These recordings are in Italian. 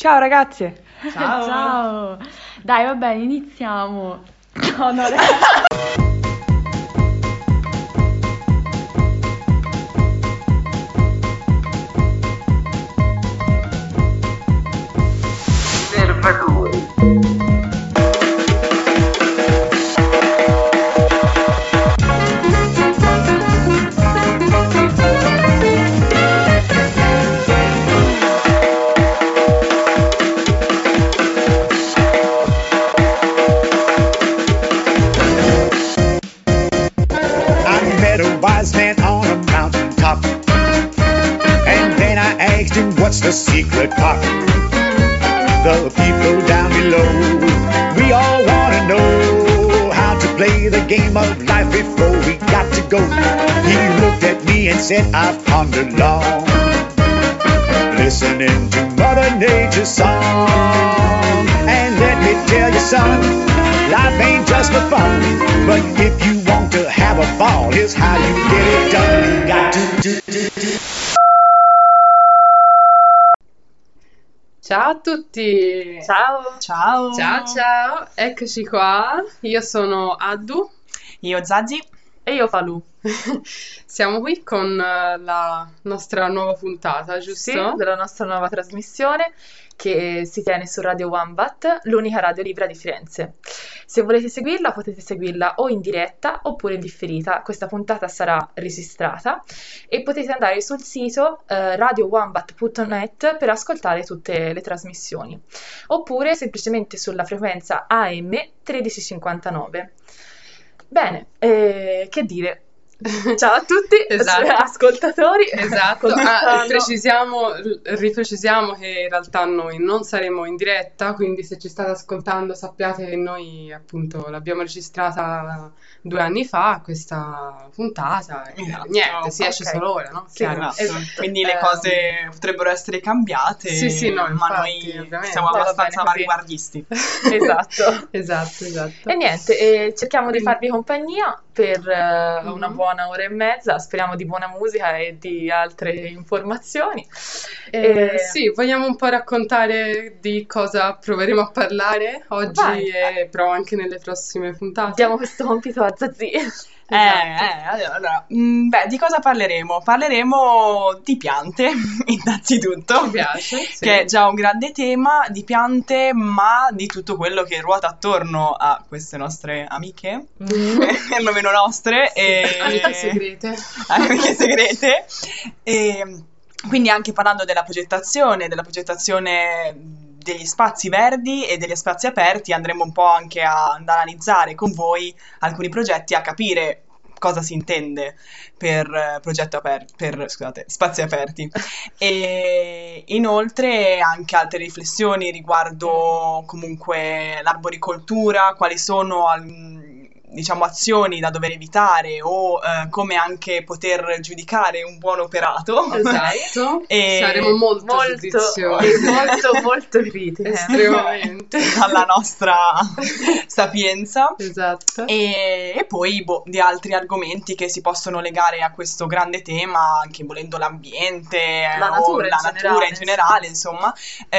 Ciao ragazze! Ciao! Ciao! Dai, va bene, iniziamo. No, no, ragazzi. What's the secret part? The people down below, we all want to know how to play the game of life before we got to go. He looked at me and said, I've pondered long, listening to Mother Nature's song. And let me tell you, son, life ain't just for fun, but if you want to have a ball, here's how you get it done. You got to Ciao a tutti! Ciao! Ciao! Ciao, eccoci qua. Io sono Addu Io Zazi. E io Falù. Siamo qui con la nostra nuova puntata, giusto? Sì, della nostra nuova trasmissione che si tiene su Radio Wombat, l'unica radio libera di Firenze. Se volete seguirla potete seguirla o in diretta oppure in differita. Questa puntata sarà registrata e potete andare sul sito radiowombat.net per ascoltare tutte le trasmissioni oppure semplicemente sulla frequenza AM 1359. Bene, che dire? Ciao a tutti, Esatto. ascoltatori. Esatto, riprecisiamo che in realtà noi non saremo in diretta, quindi se ci state ascoltando sappiate che noi appunto l'abbiamo registrata 2 anni fa, questa puntata, e Esatto. niente, si esce Ok. solo ora, no? Sì, Chiaro. esatto. Quindi le cose potrebbero essere cambiate, Sì, no, ma infatti, noi ovviamente. siamo Va abbastanza bene così. avanguardisti. Esatto. Esatto. E niente, cerchiamo di farvi compagnia per una Mhm. buona ora e mezza, speriamo di buona musica e di altre informazioni. Sì, vogliamo un po' raccontare di cosa proveremo a parlare oggi Vai. e però anche nelle prossime puntate. Diamo questo compito a Zazzi. Allora, di cosa parleremo? Parleremo di piante, innanzitutto, Ci piace, sì. che è già un grande tema, di piante, ma di tutto quello che ruota attorno a queste nostre amiche, per lo meno nostre, e Amiche segrete. amiche segrete, e quindi anche parlando della progettazione degli spazi verdi e degli spazi aperti, andremo un po' anche ad analizzare con voi alcuni progetti, a capire cosa si intende per spazi aperti. E inoltre anche altre riflessioni riguardo comunque l'arboricoltura, quali sono azioni da dover evitare o come anche poter giudicare un buon operato. Esatto. E Saremo molto giudiziosi. molto critiche. Estremamente. dalla nostra sapienza. Esatto. E poi di altri argomenti che si possono legare a questo grande tema, anche volendo l'ambiente, La o natura in la generale, natura in generale, insomma,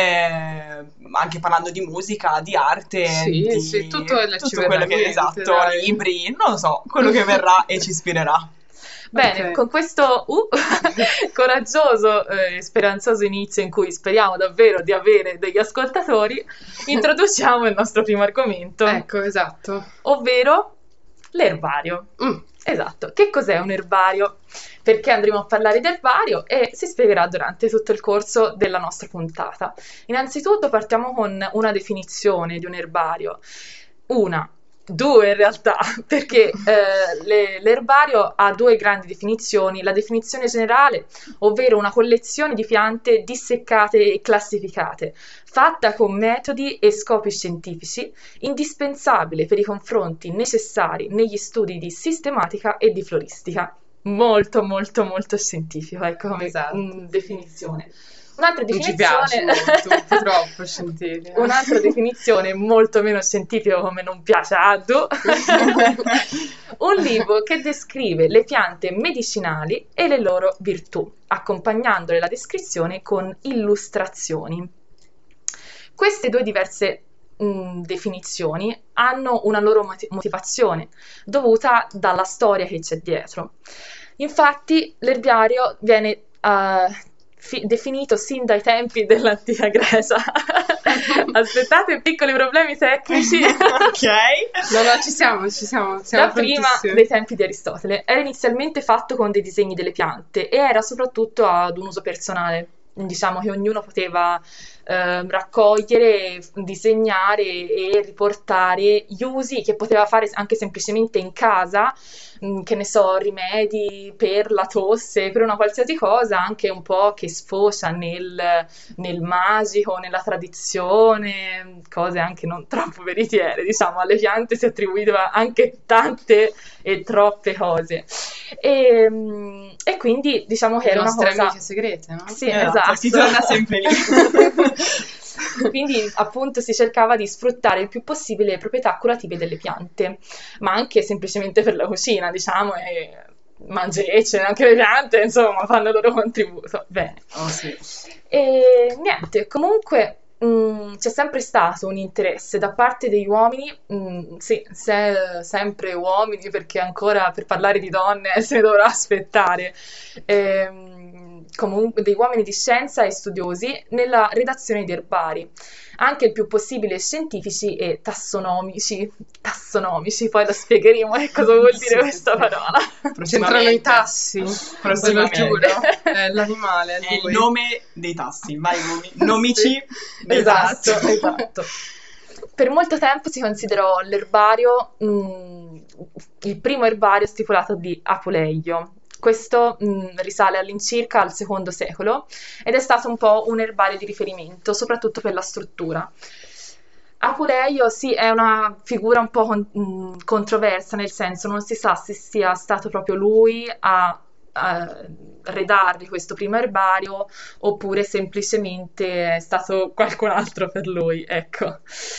anche parlando di musica, di arte, Sì, tutto ci verrà quello in che mente, esatto, dai. libri, non lo so, quello che verrà e ci ispirerà. Bene, Ok. con questo coraggioso e speranzoso inizio in cui speriamo davvero di avere degli ascoltatori, introduciamo il nostro primo argomento, Ecco, esatto. ovvero l'erbario. Esatto, che cos'è un erbario? Perché andremo a parlare di erbario e si spiegherà durante tutto il corso della nostra puntata. Innanzitutto partiamo con una definizione di un erbario. Due in realtà, perché l'erbario ha 2 grandi definizioni. La definizione generale, ovvero una collezione di piante disseccate e classificate, fatta con metodi e scopi scientifici, indispensabile per i confronti necessari negli studi di sistematica e di floristica. Molto scientifico, ecco come Esatto. definizione. Un'altra Non ci piace definizione, molto, un po' troppo scientifica. un'altra definizione molto meno scientifica, come non piace a Addu, un libro che descrive le piante medicinali e le loro virtù, accompagnandole la descrizione con illustrazioni. Queste due diverse definizioni hanno una loro motivazione dovuta dalla storia che c'è dietro. Infatti l'erbario viene definito sin dai tempi dell'antica Grecia. Aspettate, piccoli problemi tecnici. Ok. No, ci siamo Da prima dei tempi di Aristotele. Era inizialmente fatto con dei disegni delle piante e era soprattutto ad un uso personale. Diciamo che ognuno poteva raccogliere, disegnare e riportare gli usi che poteva fare anche semplicemente in casa, che ne so, rimedi per la tosse, per una qualsiasi cosa, anche un po' che sfocia nel magico, nella tradizione, cose anche non troppo veritiere, diciamo, alle piante si attribuiva anche tante e troppe cose. E quindi diciamo che le era una nostre cosa... amiche segrete, no? Sì, esatto. Si torna sempre lì. Quindi appunto si cercava di sfruttare il più possibile le proprietà curative delle piante, ma anche semplicemente per la cucina, diciamo, e mangecce, anche le piante, insomma, fanno il loro contributo. Bene. Oh, sì. E niente, comunque c'è sempre stato un interesse da parte degli uomini, sì, sempre uomini, perché ancora per parlare di donne se ne dovrà aspettare, comunque degli uomini di scienza e studiosi nella redazione di erbari, anche il più possibile scientifici e tassonomici, poi lo spiegheremo che cosa vuol dire questa parola. C'entrano i tassi, ve lo giuro, è l'animale, è il nome dei tassi, vari nomici dei Esatto, tassi. esatto. Per molto tempo si considerò l'erbario il primo erbario stipulato di Apuleio. Questo risale all'incirca al II secolo ed è stato un po' un erbario di riferimento, soprattutto per la struttura. Apuleio sì, è una figura un po' controversa, nel senso non si sa se sia stato proprio lui a redargli questo primo erbario oppure semplicemente è stato qualcun altro per lui, ecco.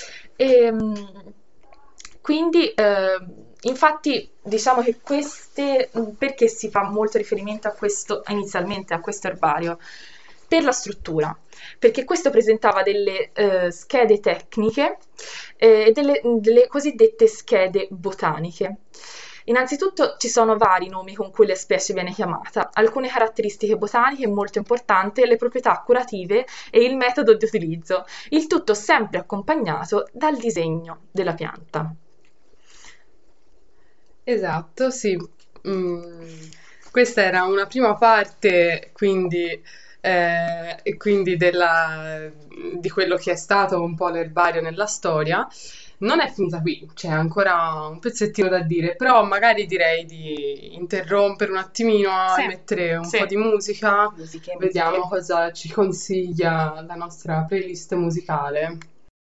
Quindi infatti diciamo che perché si fa molto riferimento a questo, inizialmente a questo erbario? Per la struttura, perché questo presentava delle schede tecniche e delle cosiddette schede botaniche. Innanzitutto ci sono vari nomi con cui la specie viene chiamata, alcune caratteristiche botaniche molto importanti, le proprietà curative e il metodo di utilizzo, il tutto sempre accompagnato dal disegno della pianta. Esatto, sì. Questa era una prima parte, quindi di quello che è stato un po' l'erbario nella storia. Non è finita qui, c'è ancora un pezzettino da dire, però magari direi di interrompere un attimino Sì, e mettere un sì. po' di musica. Musiche. Vediamo cosa ci consiglia la nostra playlist musicale.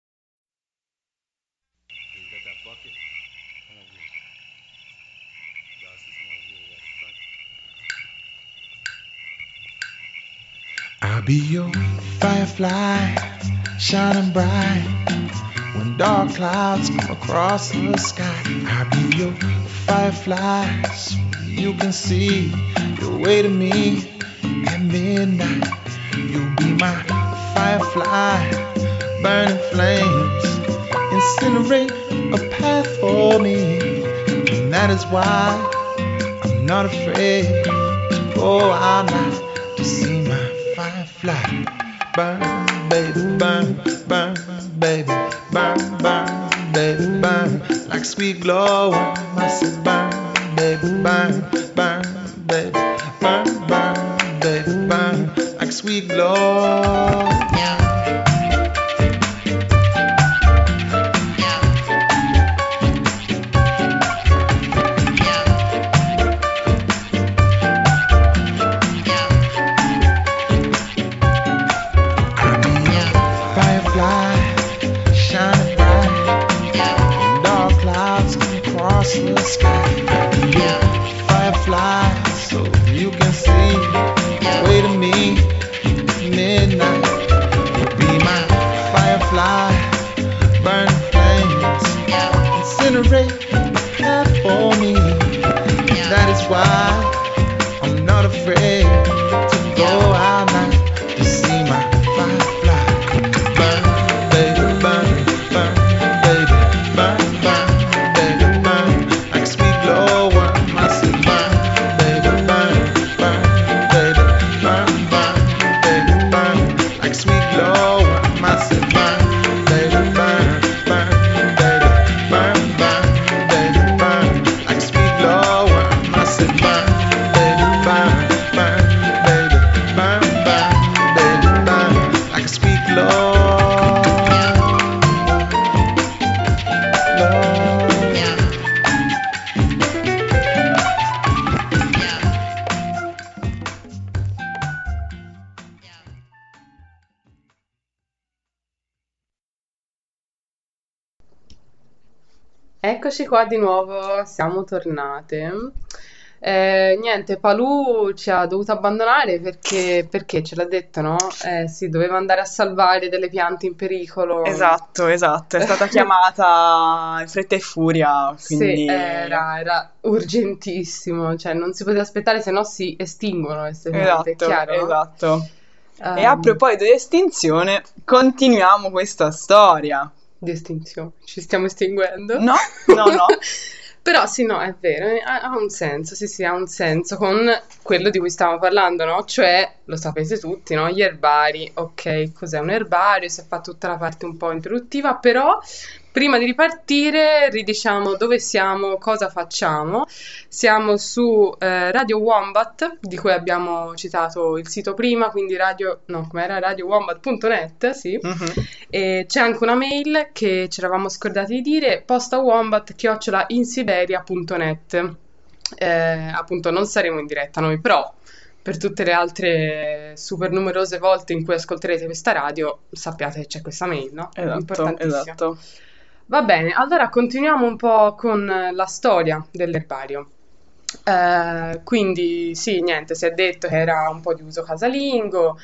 I'll be your firefly, shining bright. When dark clouds come across the sky, I'll be your firefly, so you can see your way to me at midnight. You'll be my firefly, burning flames, incinerate a path for me. And that is why I'm not afraid to go out night to see my firefly. Burn, baby, burn, burn, baby, burn, burn, baby, burn, like sweet glowworm. I said burn, baby, burn, burn, baby, burn, burn, baby, burn, like sweet glow. The sky, firefly, so you can see. Way to me, midnight. low. I must say burn, baby, burn, burn, baby, burn, burn, baby, burn. Like a sweet low. I must say burn, baby, burn, burn, baby, burn, burn, baby, burn. Like a sweet low. Eccoci qua di nuovo, siamo tornate. Niente, Palù ci ha dovuto abbandonare perché ce l'ha detto, no? Sì, doveva andare a salvare delle piante in pericolo. Esatto, è stata chiamata in fretta e furia, Sì, quindi era urgentissimo, cioè non si poteva aspettare, se no si estinguono queste piante, è esatto, chiaro, no? esatto. E a proposito di estinzione, continuiamo questa storia. Di estinzione, ci stiamo estinguendo? No, no, no. Però sì, no, è vero, ha un senso, sì, ha un senso con quello di cui stavamo parlando, no? Cioè, lo sapete tutti, no? Gli erbari, ok, cos'è un erbario? Si è fatta tutta la parte un po' introduttiva, però prima di ripartire ridiciamo dove siamo, cosa facciamo. Siamo su Radio Wombat, di cui abbiamo citato il sito prima, quindi radiowombat.net, sì. E c'è anche una mail che ci eravamo scordati di dire, postawombat@insiberia.net. Appunto non saremo in diretta noi, però per tutte le altre super numerose volte in cui ascolterete questa radio sappiate che c'è questa mail, no? Esatto, Importantissimo. esatto. Va bene, allora continuiamo un po' con la storia dell'erbario. Quindi sì, niente, si è detto che era un po' di uso casalingo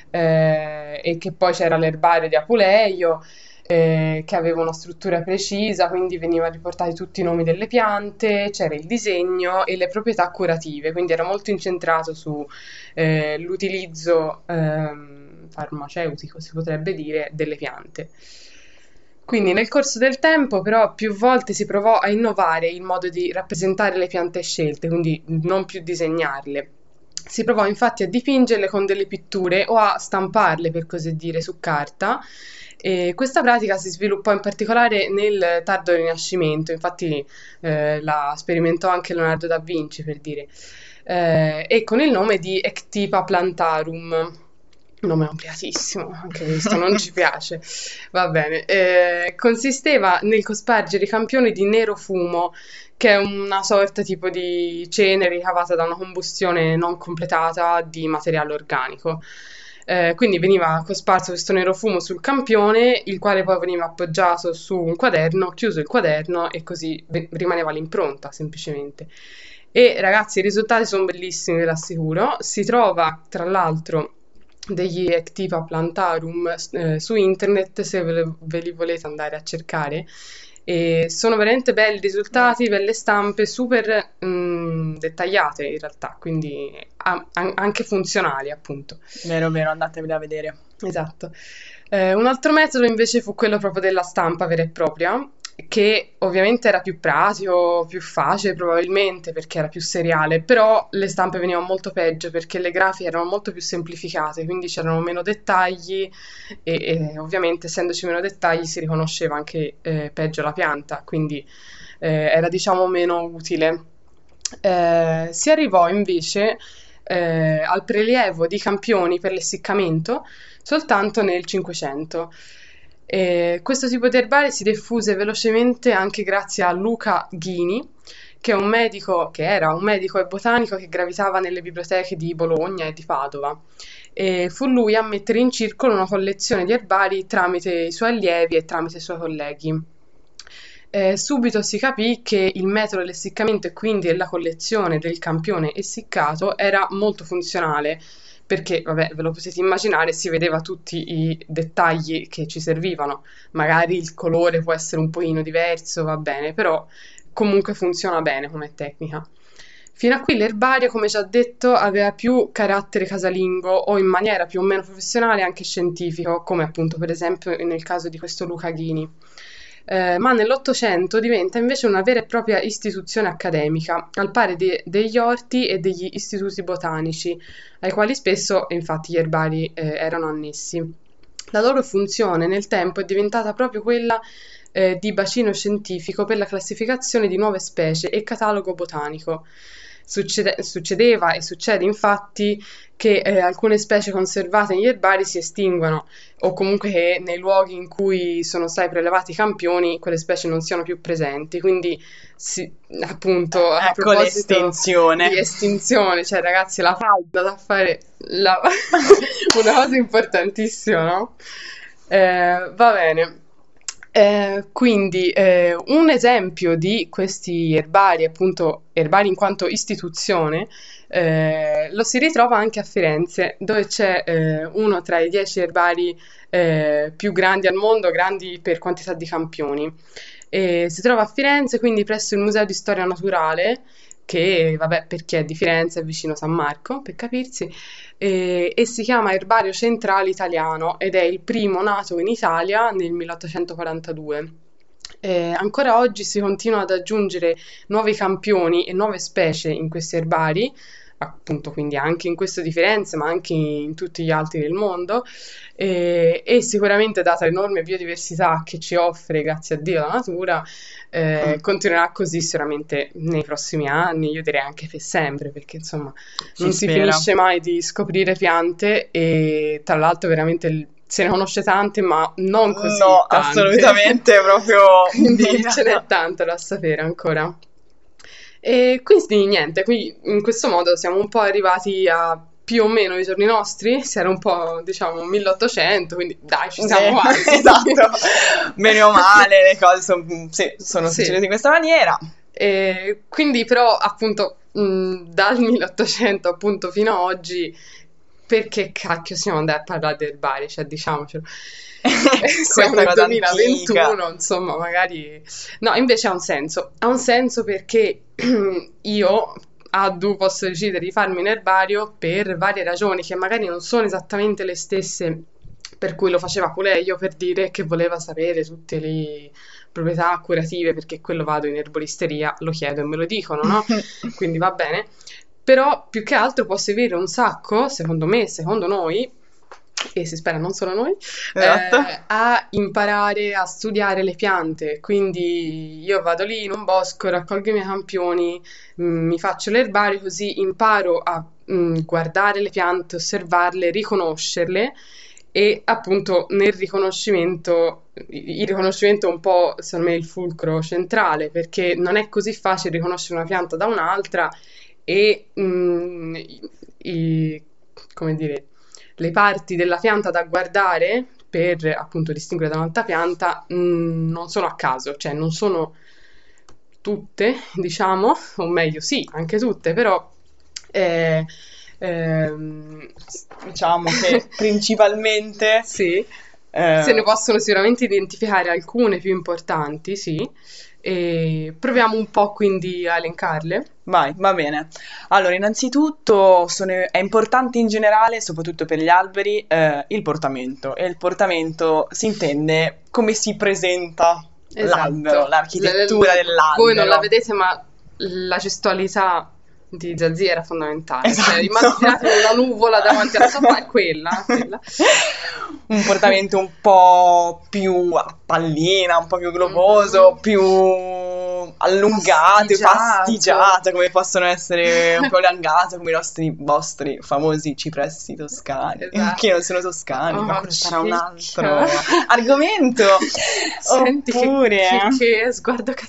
e che poi c'era l'erbario di Apuleio che aveva una struttura precisa, quindi venivano riportati tutti i nomi delle piante, c'era il disegno e le proprietà curative, quindi era molto incentrato su l'utilizzo farmaceutico, si potrebbe dire, delle piante. Quindi nel corso del tempo però più volte si provò a innovare il modo di rappresentare le piante scelte, quindi non più disegnarle. Si provò infatti a dipingerle con delle pitture o a stamparle, per così dire, su carta. E questa pratica si sviluppò in particolare nel tardo Rinascimento, infatti la sperimentò anche Leonardo da Vinci, per dire, e con il nome di Ectipa plantarum. Un nome ampliatissimo, anche questo non ci piace. Va bene. Consisteva nel cospargere i campioni di nero fumo, che è una sorta tipo di cenere ricavata da una combustione non completata di materiale organico. Quindi veniva cosparso questo nero fumo sul campione, il quale poi veniva appoggiato su un quaderno, chiuso il quaderno e così rimaneva l'impronta semplicemente. E ragazzi, i risultati sono bellissimi, ve l'assicuro. Si trova tra l'altro degli Ectipa plantarum su internet se ve li volete andare a cercare. E sono veramente belli i risultati, belle stampe, super dettagliate in realtà, quindi anche funzionali, appunto. Vero, andateveli a vedere. Esatto. Un altro metodo invece fu quello proprio della stampa vera e propria, che ovviamente era più pratico, più facile probabilmente perché era più seriale, però le stampe venivano molto peggio perché le grafiche erano molto più semplificate, quindi c'erano meno dettagli e ovviamente essendoci meno dettagli si riconosceva anche peggio la pianta, quindi era diciamo meno utile. Si arrivò invece al prelievo di campioni per l'essiccamento soltanto nel 500. Questo tipo di erbari si diffuse velocemente anche grazie a Luca Ghini, che era un medico e botanico che gravitava nelle biblioteche di Bologna e di Padova. E fu lui a mettere in circolo una collezione di erbari tramite i suoi allievi e tramite i suoi colleghi. Subito si capì che il metodo dell'essiccamento e quindi della collezione del campione essiccato era molto funzionale, perché, vabbè, ve lo potete immaginare, si vedeva tutti i dettagli che ci servivano. Magari il colore può essere un pochino diverso, va bene, però comunque funziona bene come tecnica. Fino a qui l'erbario, come già detto, aveva più carattere casalingo o in maniera più o meno professionale anche scientifico, come appunto per esempio nel caso di questo Luca Ghini. Ma nell'Ottocento diventa invece una vera e propria istituzione accademica, al pari degli orti e degli istituti botanici, ai quali spesso infatti gli erbari erano annessi. La loro funzione nel tempo è diventata proprio quella di bacino scientifico per la classificazione di nuove specie e catalogo botanico. Succedeva e succede infatti che alcune specie conservate negli erbari si estinguano, o comunque che nei luoghi in cui sono stati prelevati i campioni quelle specie non siano più presenti. Quindi appunto a Ecco proposito l'estinzione. di estinzione, cioè ragazzi, la falda da fare una cosa importantissima, no? Va bene. Quindi un esempio di questi erbari, appunto erbari in quanto istituzione, lo si ritrova anche a Firenze, dove c'è uno tra i 10 erbari più grandi al mondo, grandi per quantità di campioni. Si trova a Firenze, quindi presso il Museo di Storia Naturale, che vabbè, per chi è di Firenze è vicino San Marco, per capirsi, e si chiama Erbario Centrale Italiano ed è il primo nato in Italia nel 1842. Ancora oggi si continua ad aggiungere nuovi campioni e nuove specie in questi erbari, appunto quindi anche in questo di Firenze ma anche in tutti gli altri del mondo, e sicuramente data l'enorme biodiversità che ci offre grazie a Dio la natura, continuerà così sicuramente nei prossimi anni, io direi anche per sempre, perché insomma non si spera. finisce mai di scoprire piante e tra l'altro veramente se ne conosce tante ma non così No, tante. assolutamente proprio. Quindi ce n'è tanto da sapere ancora. E quindi niente, qui in questo modo siamo un po' arrivati a più o meno i giorni nostri, si era un po' diciamo 1800, quindi dai, ci siamo quasi. Esatto, bene o male le cose sono Sì. successe in questa maniera. E quindi però appunto dal 1800 appunto fino ad oggi, perché cacchio siamo andati a parlare del Bari, cioè diciamocelo. Siamo nel cosa 2021, antica. insomma, magari... No, invece ha un senso perché io posso decidere di farmi un erbario per varie ragioni che magari non sono esattamente le stesse per cui lo faceva Puleio, per dire che voleva sapere tutte le proprietà curative, perché quello vado in erboristeria, lo chiedo e me lo dicono, no? Quindi va bene. Però più che altro può servire un sacco, secondo me, secondo noi, e si spera non solo noi, Esatto. a imparare a studiare le piante. Quindi io vado lì in un bosco, raccolgo i miei campioni, mi faccio l'erbario, così imparo a guardare le piante, osservarle, riconoscerle, e appunto nel riconoscimento, il riconoscimento è un po' secondo me il fulcro centrale, perché non è così facile riconoscere una pianta da un'altra e come dire, le parti della pianta da guardare per appunto distinguere da un'altra pianta non sono a caso, cioè non sono tutte, diciamo, o meglio sì, anche tutte, però Diciamo che principalmente sì, se ne possono sicuramente identificare alcune più importanti, sì, e proviamo un po' quindi a elencarle. vai, va bene. Allora, innanzitutto è importante in generale, soprattutto per gli alberi, il portamento. E il portamento si intende come si presenta l'albero, l'architettura dell'albero. Voi non la vedete, ma la gestualità di Zazzi era fondamentale. Esatto. Cioè, immaginate una nuvola davanti alla sua è quella. Un portamento un po' più a pallina, un po' più globoso, più allungato, pasticciato, come possono essere un po' allungato come i vostri famosi cipressi toscani, Esatto. che non sono toscani, ma Oh, quello sarà un altro ciccia. argomento. Senti Oppure che sguardo cattivo.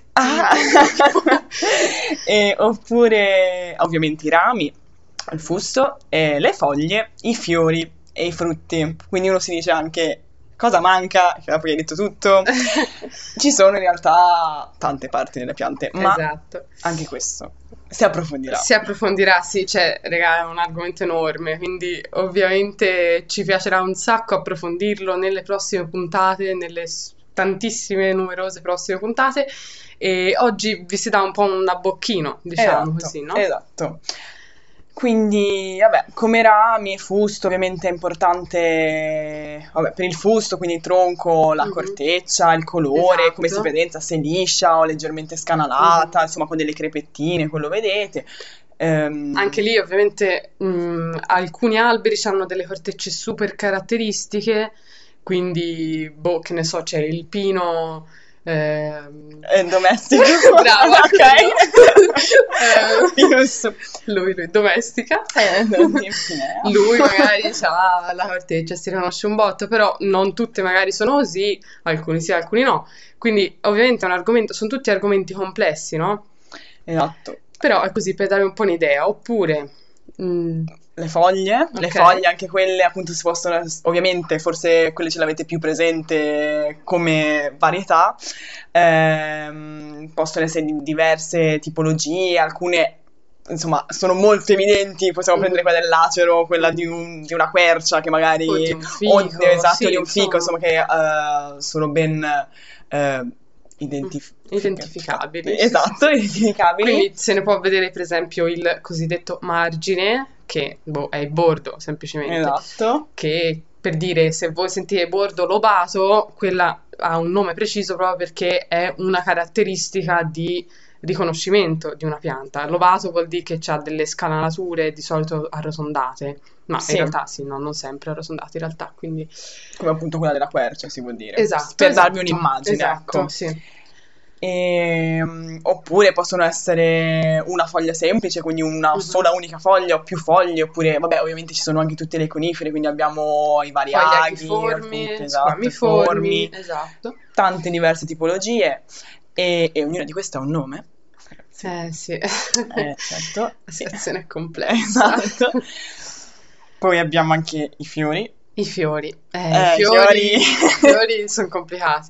oppure ovviamente i rami, il fusto, le foglie, i fiori e i frutti. Quindi uno si dice anche cosa manca, che poi hai detto tutto. Ci sono in realtà tante parti delle piante, ma Esatto. anche questo si approfondirà. Si approfondirà, sì, cioè, raga, è un argomento enorme, quindi ovviamente ci piacerà un sacco approfondirlo nelle prossime puntate, nelle tantissime, numerose prossime puntate, e oggi vi si dà un po' un abbocchino, diciamo Esatto, così, no? Esatto. Quindi, vabbè, come rami e fusto, ovviamente è importante, vabbè, per il fusto, quindi il tronco, la corteccia, il colore, Esatto. come si vede, se liscia o leggermente scanalata, insomma, con delle crepettine, quello vedete. Anche lì ovviamente alcuni alberi hanno delle cortecce super caratteristiche, quindi, boh, che ne so, c'è il pino... domestico. Brava, ok. Lui domestica. Lui magari ha la corteccia, si riconosce un botto, però non tutte magari sono così, alcuni sì, alcuni no. Quindi ovviamente è un argomento, sono tutti argomenti complessi, no? Esatto. Però è così per dare un po' un'idea. Oppure le foglie, Ok. le foglie anche quelle appunto si possono, ovviamente forse quelle ce l'avete più presente come varietà, possono essere di diverse tipologie, alcune insomma sono molto evidenti, possiamo prendere quella del lacero, quella di una quercia che magari, O di un fico, esatto, sì, di un fico, insomma. insomma che sono ben Identificabili. Esatto, identificabili. Quindi se ne può vedere per esempio il cosiddetto margine, che è il bordo semplicemente. Esatto. Che per dire, se voi sentite bordo lobato, quella ha un nome preciso proprio perché è una caratteristica di riconoscimento di una pianta. Lobato vuol dire che ha delle scanalature di solito arrotondate, ma Sì. in realtà sì, no, non sempre arrotondate in realtà, quindi Come appunto quella della quercia, si può dire. esatto, Per esatto, darvi un'immagine, esatto, ecco. sì. Oppure possono essere una foglia semplice, quindi una Mhm. sola unica foglia o più foglie, oppure, vabbè, ovviamente ci sono anche tutte le conifere, quindi abbiamo i vari Poi gli aghi, aghiformi, appunto, squamiformi, esatto. tante diverse tipologie, e ognuna di queste ha un nome. Sì. Certo. La situazione è complessa. Esatto. Poi abbiamo anche i fiori. I fiori. I I fiori sono complicati,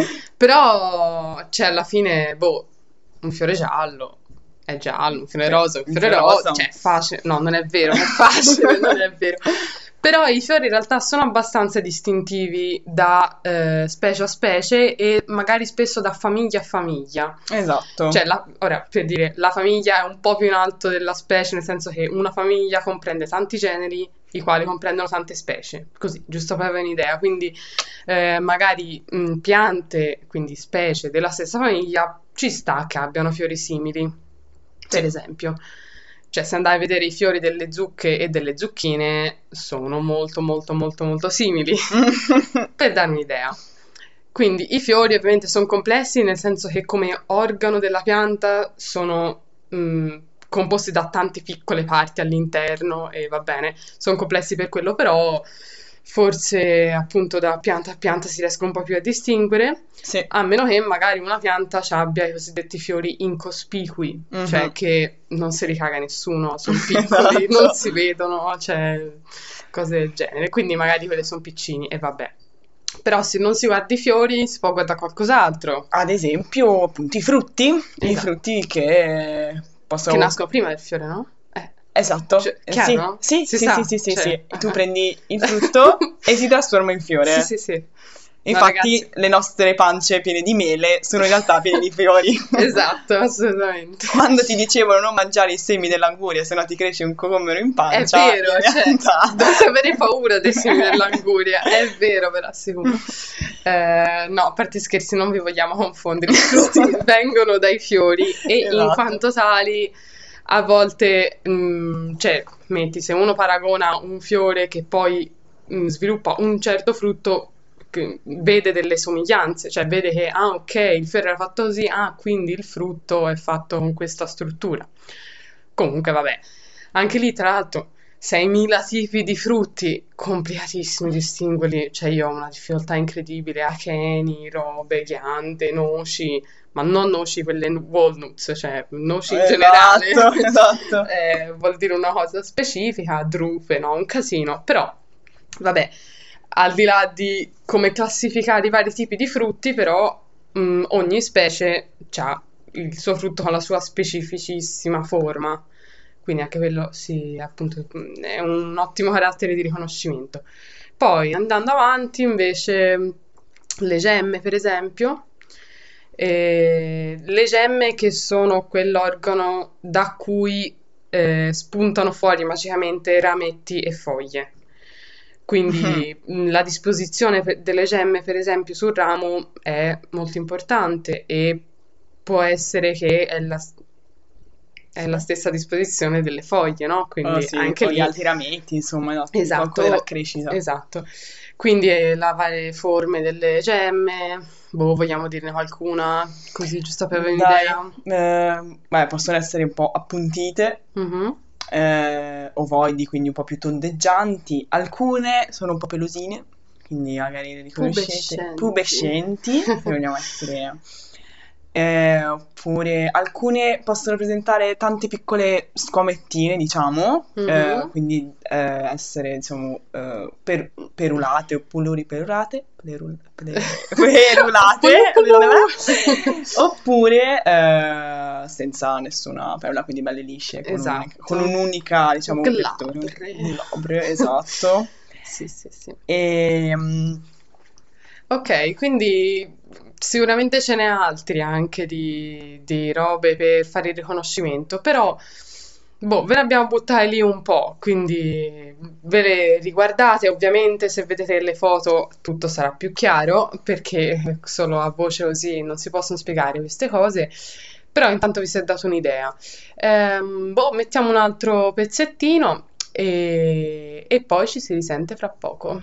Però, cioè, alla fine, un fiore giallo è giallo, un fiore rosa, un fiore rosa, cioè, è facile. No, non è vero, non è facile, non è vero. Però i fiori in realtà sono abbastanza distintivi da specie a specie e magari spesso da famiglia a famiglia. Esatto. Cioè, ora, per dire, la famiglia è un po' più in alto della specie, nel senso che una famiglia comprende tanti generi, i quali comprendono tante specie. Così, giusto per avere un'idea. Quindi, magari piante, quindi specie della stessa famiglia, ci sta che abbiano fiori simili, per esempio. Cioè, se andai a vedere i fiori delle zucche e delle zucchine, sono molto, molto, molto, molto simili, per darmi un'idea. Quindi i fiori ovviamente sono complessi, nel senso che come organo della pianta sono composti da tante piccole parti all'interno e va bene, sono complessi per quello, però forse appunto da pianta a pianta si riescono un po' più a distinguere, Sì. a meno che magari una pianta abbia i cosiddetti fiori incospicui, Mhm. cioè che non si ricaga nessuno, sono piccoli, Esatto. non si vedono, cioè cose del genere, quindi magari quelli sono piccini e vabbè. Però se non si guarda i fiori si può guardare qualcos'altro, Ad esempio, appunto, i frutti, i Esatto. frutti che possono... che nascono prima del fiore, no? Esatto. Cioè, chiaro? Sì, Si sì, sa, sì, sì, cioè, sì. E tu ah. prendi il frutto e si trasforma in fiore. Sì. No, Infatti ragazzi, le nostre pance piene di mele sono in realtà piene di fiori. esatto, assolutamente. Quando ti dicevano non mangiare i semi dell'anguria, se no ti cresce un cocomero in È pancia, vero, in cioè, realtà... dovete avere paura dei semi dell'anguria, è vero, ve l'assicuro. No, a parte scherzi, non vi vogliamo confondere, i frutti vengono dai fiori e in Esatto. quanto tali a volte, cioè, se uno paragona un fiore che poi sviluppa un certo frutto, vede delle somiglianze, cioè vede che, ok, il fiore era fatto così, quindi il frutto è fatto con questa struttura. Comunque, vabbè, anche lì, tra l'altro, 6.000 tipi di frutti, complicatissimi distinguerli, cioè io ho una difficoltà incredibile, acheni, robe, ghiande, noci, ma non noci quelle walnuts, cioè noci in generale, Esatto. vuol dire una cosa specifica, drupe, no? Un casino, però, vabbè, al di là di come classificare i vari tipi di frutti, però ogni specie ha il suo frutto con la sua specificissima forma. Quindi anche quello sì, appunto, è un ottimo carattere di riconoscimento. Poi andando avanti, invece, le gemme, per esempio, le gemme che sono quell'organo da cui spuntano fuori magicamente rametti e foglie. Quindi la disposizione delle gemme, per esempio, sul ramo è molto importante e può essere che è la stessa disposizione delle foglie, no? Quindi Sì, anche con lì... gli altri rametti, insomma, no, Esatto, della crescita. esatto. Quindi le varie forme delle gemme, vogliamo dirne qualcuna, così giusto per avere un'idea? Beh, possono essere un po' appuntite, Mhm. ovoidi, quindi un po' più tondeggianti. Alcune sono un po' pelusine, quindi magari le riconoscete. Pubescenti, se vogliamo essere. Oppure alcune possono presentare tante piccole squamettine, diciamo, Mhm. quindi essere, diciamo, perulate o pluriperulate, perulate, oppure senza nessuna perla, quindi belle lisce, Esatto. con un'unica, diciamo, glabre, esatto. Sì, sì, sì. Ok, quindi sicuramente ce n'è altri anche di robe per fare il riconoscimento, però ve ne abbiamo buttate lì un po', quindi ve le riguardate. Ovviamente se vedete le foto tutto sarà più chiaro, perché solo a voce così non si possono spiegare queste cose, però intanto vi si è dato un'idea. Mettiamo un altro pezzettino e poi ci si risente fra poco.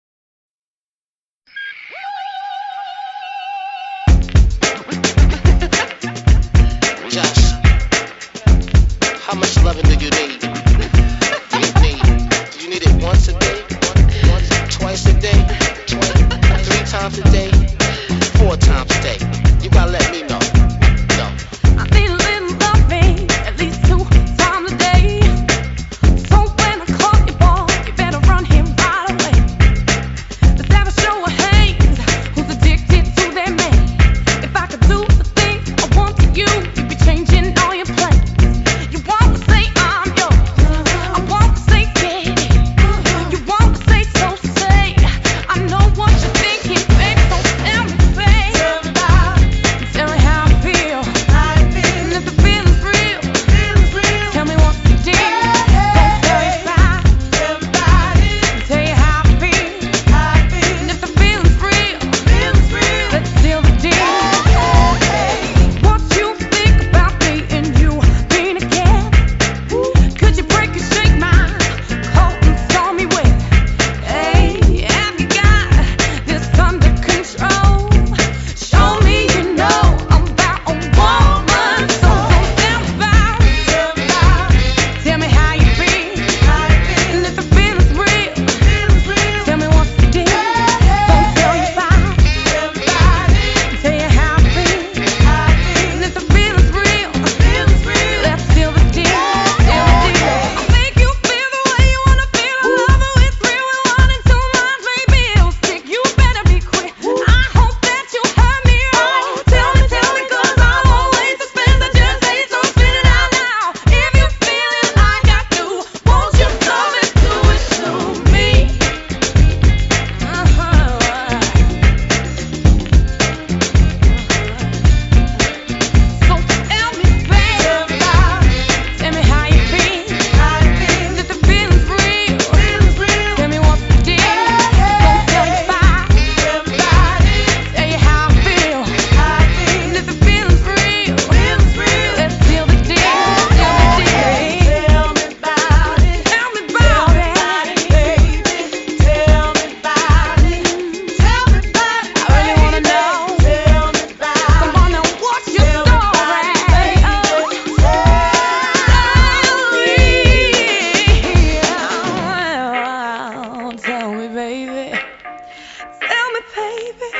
How much loving do you need? Do you need it once a day? Once, twice a day? 3 times a day? 4 times a day? You gotta let me know. No. I need a little loving, at least 2 times a day. So when I call you, boy, you better run him right away. Let's have a show of hands, who's addicted to their man. If I could do the thing I want to you, you'd be changing all your plans. You want to say I'm yours, I want to say get it. You want to say so say, I know what you're thinking, baby, so tell me, babe. Tell me how I feel, and if the feeling's real, tell me what's the deal. Don't tell you fine, tell you how I feel, and if the feeling's real, let's seal the deal. What you think about me and you being again? Could you break and shake my cold and stormy way? Hey, have you got this under control? Show me you know about a woman, so tell me about it. Tell me how you feel, and if the feeling's real, tell me what's the deal. Don't tell you fine, tell you how I feel, and if the feeling's real, let's seal the deal. I'll make you feel the way you wanna feel. I love it with 3, with 1 and 2 lines, baby, it'll stick. You better be quick. I hope that you heard me right. Tell me, 'cause I'll always suspend. I just say so, spit it out now. If you feel it like I do, won't you come and do it to me? So tell me, baby, tell me how you feel, and if the feeling's real, tell me what's the deal. Don't tell you fine, tell you how I feel, and if the feeling's real, let's seal the deal. Tell me about it, baby. Tell me about it. I really wanna know. Come on now, what's your story? Tell me, baby. Tell me, baby.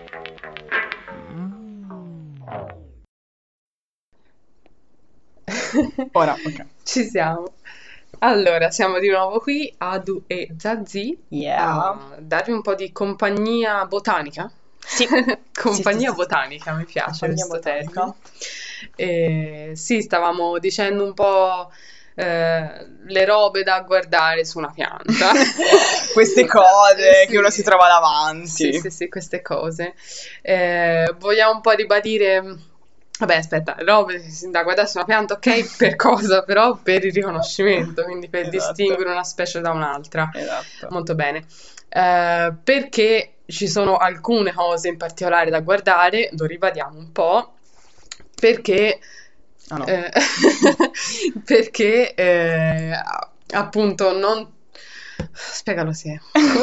Ora, ok. Ci siamo. Allora, siamo di nuovo qui, Adu e Zazzi, Yeah. a darvi un po' di compagnia botanica. Sì. Compagnia Sì. botanica, mi piace Compagnia questo botanica. termine. Sì, stavamo dicendo un po' le robe da guardare su una pianta. Queste cose Sì. che uno si trova davanti. Sì, queste cose. Vogliamo un po' ribadire. Vabbè, aspetta, robe da guardare su una pianta, ok, per cosa? Però per il riconoscimento, quindi per Esatto. distinguere una specie da un'altra. Esatto. Molto bene. Perché ci sono alcune cose in particolare da guardare, lo ribadiamo un po', perché Ah, no. perché appunto non Spiegalo se.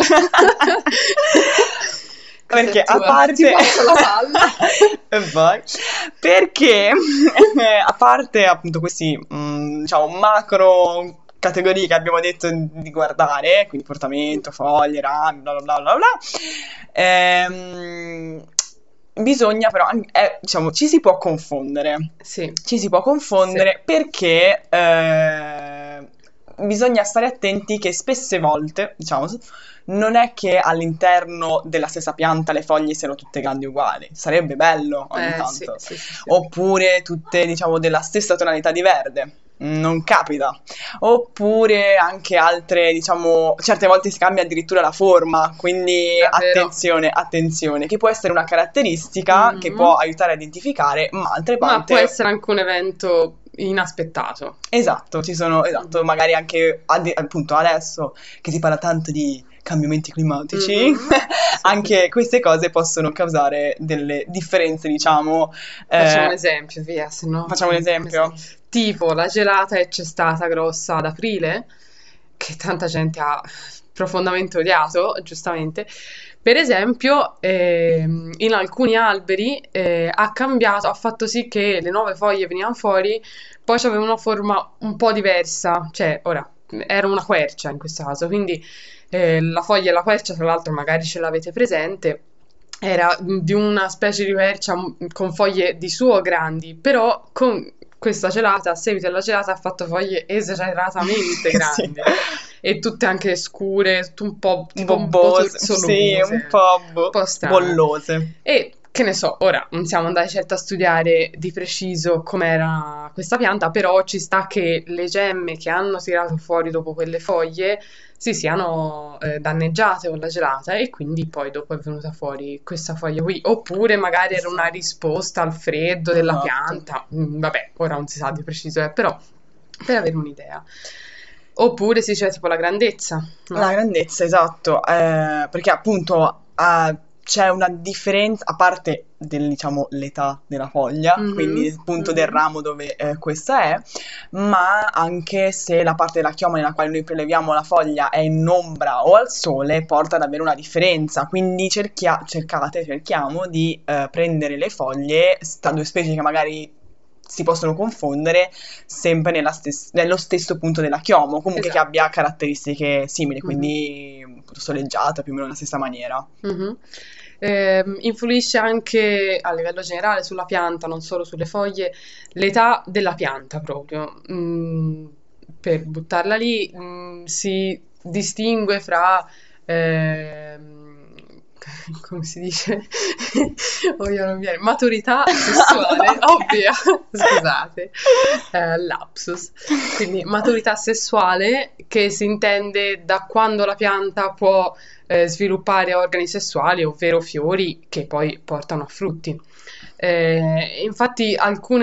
Perché a Ti parte passo la palla. e vai. Perché a parte appunto questi diciamo macro categorie che abbiamo detto di guardare, quindi portamento, foglie, rami, bla bla bla bla bla, bisogna però diciamo ci si può confondere. Sì. Ci si può confondere perché bisogna stare attenti che spesse volte, diciamo, non è che all'interno della stessa pianta le foglie siano tutte grandi uguali. Sarebbe bello ogni tanto. Sì. Oppure tutte, diciamo, della stessa tonalità di verde. Non capita. Oppure anche altre, diciamo, certe volte si cambia addirittura la forma, quindi Davvero? attenzione, che può essere una caratteristica che può aiutare a identificare, ma altre Ma volte può essere anche un evento inaspettato. esatto, esatto, magari anche appunto adesso che si parla tanto di cambiamenti climatici, anche queste cose possono causare delle differenze, diciamo. Facciamo un esempio, via, se no... Facciamo un esempio? Tipo la gelata che c'è stata grossa ad aprile, che tanta gente ha profondamente odiato, giustamente. Per esempio, in alcuni alberi ha fatto sì che le nuove foglie venivano fuori, poi avevano una forma un po' diversa, cioè ora era una quercia in questo caso, quindi la foglia e la quercia, tra l'altro magari ce l'avete presente, era di una specie di quercia con foglie di suo grandi, però con questa gelata, a seguito della gelata, ha fatto foglie esageratamente grandi e tutte anche scure, tutte un po' tipo un po' bobbose, torzolose, sì, un po' strane. bollose. E che ne so, ora non siamo andati certo a studiare di preciso com'era questa pianta, però ci sta che le gemme che hanno tirato fuori dopo quelle foglie si siano danneggiate con la gelata e quindi poi dopo è venuta fuori questa foglia qui. Oppure magari era una risposta al freddo della Esatto. pianta. Vabbè, ora non si sa di preciso, però per avere un'idea. Oppure si dice tipo la grandezza, no? La grandezza, esatto, perché appunto c'è una differenza, a parte diciamo, l'età della foglia, quindi appunto del ramo dove questa è, ma anche se la parte della chioma nella quale noi preleviamo la foglia è in ombra o al sole, porta ad avere una differenza, quindi cerchiamo di prendere le foglie, tra due specie che magari si possono confondere sempre nello stesso punto della chioma, o comunque che Esatto. abbia caratteristiche simili, quindi soleggiata più o meno nella stessa maniera. Influisce anche a livello generale sulla pianta, non solo sulle foglie, l'età della pianta proprio. Per buttarla lì, si distingue fra come si dice? Io non viene. Maturità sessuale, ovvio, scusate, lapsus. Quindi maturità sessuale che si intende da quando la pianta può sviluppare organi sessuali, ovvero fiori che poi portano a frutti. Infatti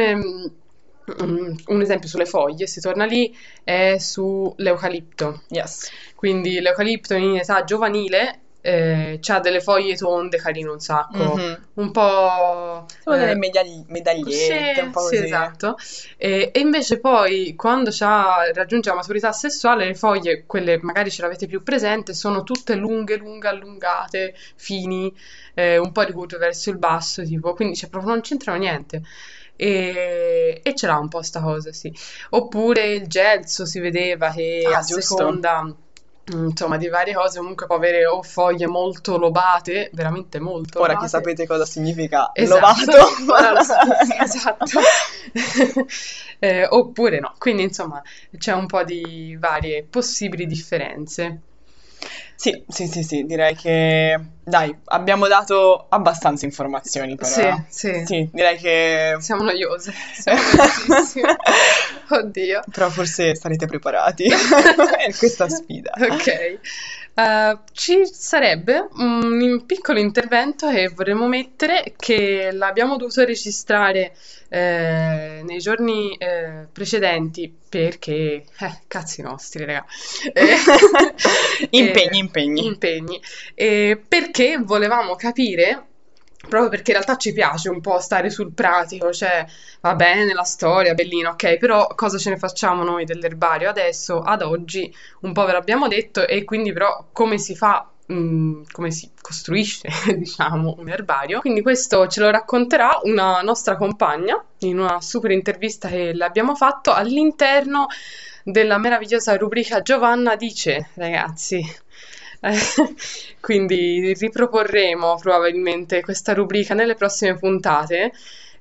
un esempio sulle foglie, si torna lì, è sull'eucalipto. Yes. Quindi l'eucalipto in età giovanile c'ha delle foglie tonde, carine un sacco, un po'... Sono delle medagliette, un po' sì, così. esatto. E invece poi quando raggiunge la maturità sessuale, le foglie, quelle magari ce l'avete più presente, sono tutte lunghe, allungate, fini, un po' ricurve verso il basso, tipo, quindi proprio non c'entrano niente. E ce l'ha un po' sta cosa, sì. Oppure il gelso si vedeva che a giusto. seconda... insomma, di varie cose comunque può avere o foglie molto lobate, veramente molto Ora lobate. che sapete cosa significa Esatto, lobato. ora lo sapete, esatto. Oppure no, quindi insomma c'è un po' di varie possibili differenze. Sì, direi che dai, abbiamo dato abbastanza informazioni però. Sì. Sì, direi che Siamo noiose, siamo noiosissime. Oddio. però forse sarete preparati per questa sfida. Ok. Ci sarebbe un piccolo intervento che vorremmo mettere, che l'abbiamo dovuto registrare nei giorni precedenti perché cazzi nostri, raga. Impegni. Perché volevamo capire proprio perché in realtà ci piace un po' stare sul pratico, cioè va bene la storia, bellino, ok, però cosa ce ne facciamo noi dell'erbario adesso, ad oggi, un po' ve l'abbiamo detto, e quindi però come si fa, come si costruisce, diciamo, un erbario. Quindi questo ce lo racconterà una nostra compagna in una super intervista che le abbiamo fatto all'interno della meravigliosa rubrica Giovanna dice, ragazzi. Eh, quindi riproporremo probabilmente questa rubrica nelle prossime puntate.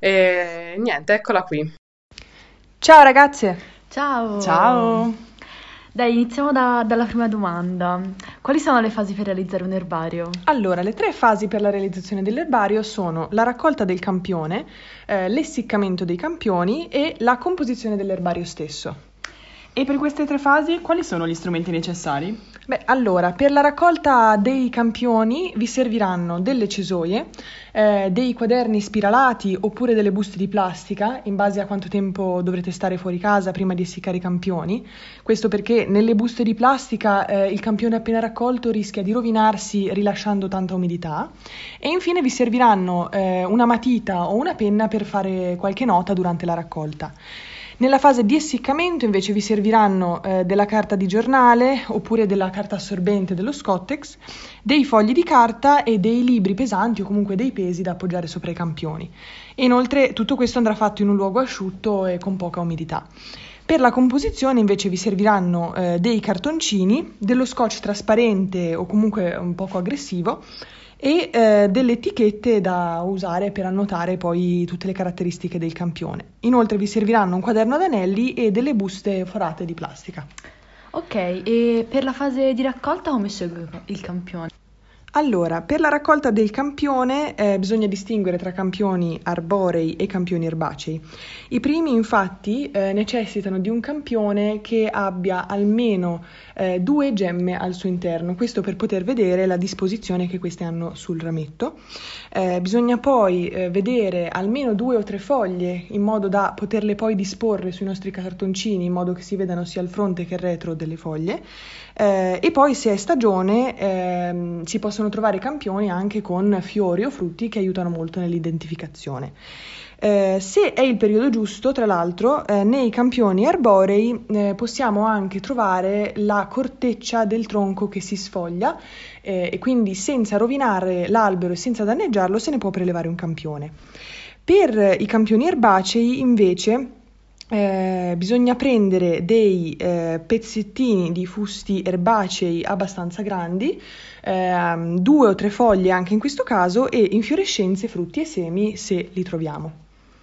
E niente, eccola qui. Ciao ragazze! Ciao! Ciao! Dai, iniziamo dalla prima domanda. Quali sono le fasi per realizzare un erbario? Allora, le 3 fasi per la realizzazione dell'erbario sono la raccolta del campione, l'essiccamento dei campioni e la composizione dell'erbario stesso. E per queste 3 fasi, quali sono gli strumenti necessari? Beh, allora, per la raccolta dei campioni vi serviranno delle cesoie, dei quaderni spiralati oppure delle buste di plastica, in base a quanto tempo dovrete stare fuori casa prima di essiccare i campioni. Questo perché nelle buste di plastica il campione appena raccolto rischia di rovinarsi rilasciando tanta umidità. E infine vi serviranno una matita o una penna per fare qualche nota durante la raccolta. Nella fase di essiccamento invece vi serviranno della carta di giornale oppure della carta assorbente dello Scottex, dei fogli di carta e dei libri pesanti o comunque dei pesi da appoggiare sopra i campioni. E inoltre tutto questo andrà fatto in un luogo asciutto e con poca umidità. Per la composizione invece vi serviranno dei cartoncini, dello scotch trasparente o comunque un poco aggressivo, e delle etichette da usare per annotare poi tutte le caratteristiche del campione. Inoltre vi serviranno un quaderno ad anelli e delle buste forate di plastica. Ok, e per la fase di raccolta come scelgo il campione? Allora, per la raccolta del campione bisogna distinguere tra campioni arborei e campioni erbacei. I primi infatti necessitano di un campione che abbia almeno 2 gemme al suo interno, questo per poter vedere la disposizione che queste hanno sul rametto. Bisogna poi vedere almeno 2 o 3 foglie in modo da poterle poi disporre sui nostri cartoncini in modo che si vedano sia il fronte che il retro delle foglie. E poi se è stagione si possono trovare campioni anche con fiori o frutti che aiutano molto nell'identificazione. Se è il periodo giusto, tra l'altro, nei campioni arborei possiamo anche trovare la corteccia del tronco che si sfoglia e quindi senza rovinare l'albero e senza danneggiarlo se ne può prelevare un campione. Per i campioni erbacei invece bisogna prendere dei pezzettini di fusti erbacei abbastanza grandi, 2 o 3 foglie anche in questo caso, e infiorescenze, frutti e semi se li troviamo.